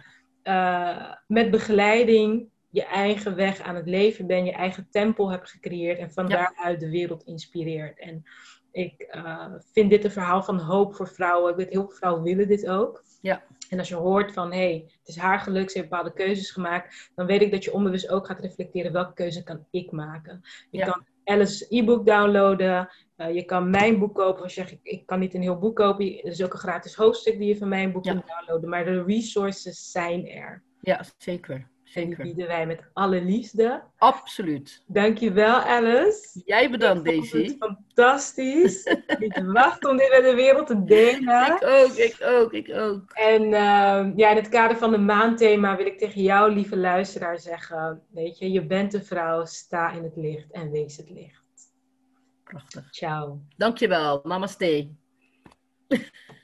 met begeleiding je eigen weg aan het leven bent, je eigen tempel hebt gecreëerd en van daaruit de wereld inspireert. En ik vind dit een verhaal van hoop voor vrouwen. Ik weet, heel veel vrouwen willen dit ook. Ja. En als je hoort van, het is haar geluk, ze heeft bepaalde keuzes gemaakt, dan weet ik dat je onbewust ook gaat reflecteren, welke keuze kan ik maken? Je kan Alice's e-book downloaden, je kan mijn boek kopen, als je zegt, ik kan niet een heel boek kopen, er is ook een gratis hoofdstuk die je van mijn boek kunt downloaden, maar de resources zijn er. Ja, zeker. En die bieden wij met alle liefde. Absoluut. Dankjewel, Alice. Jij bedankt, Daisy. Het fantastisch. Ik niet wacht om dit met de wereld te delen. Ik ook. En in het kader van de maandthema wil ik tegen jou, lieve luisteraar, zeggen, weet je bent een vrouw, sta in het licht en wees het licht. Prachtig. Ciao. Dankjewel. Namaste.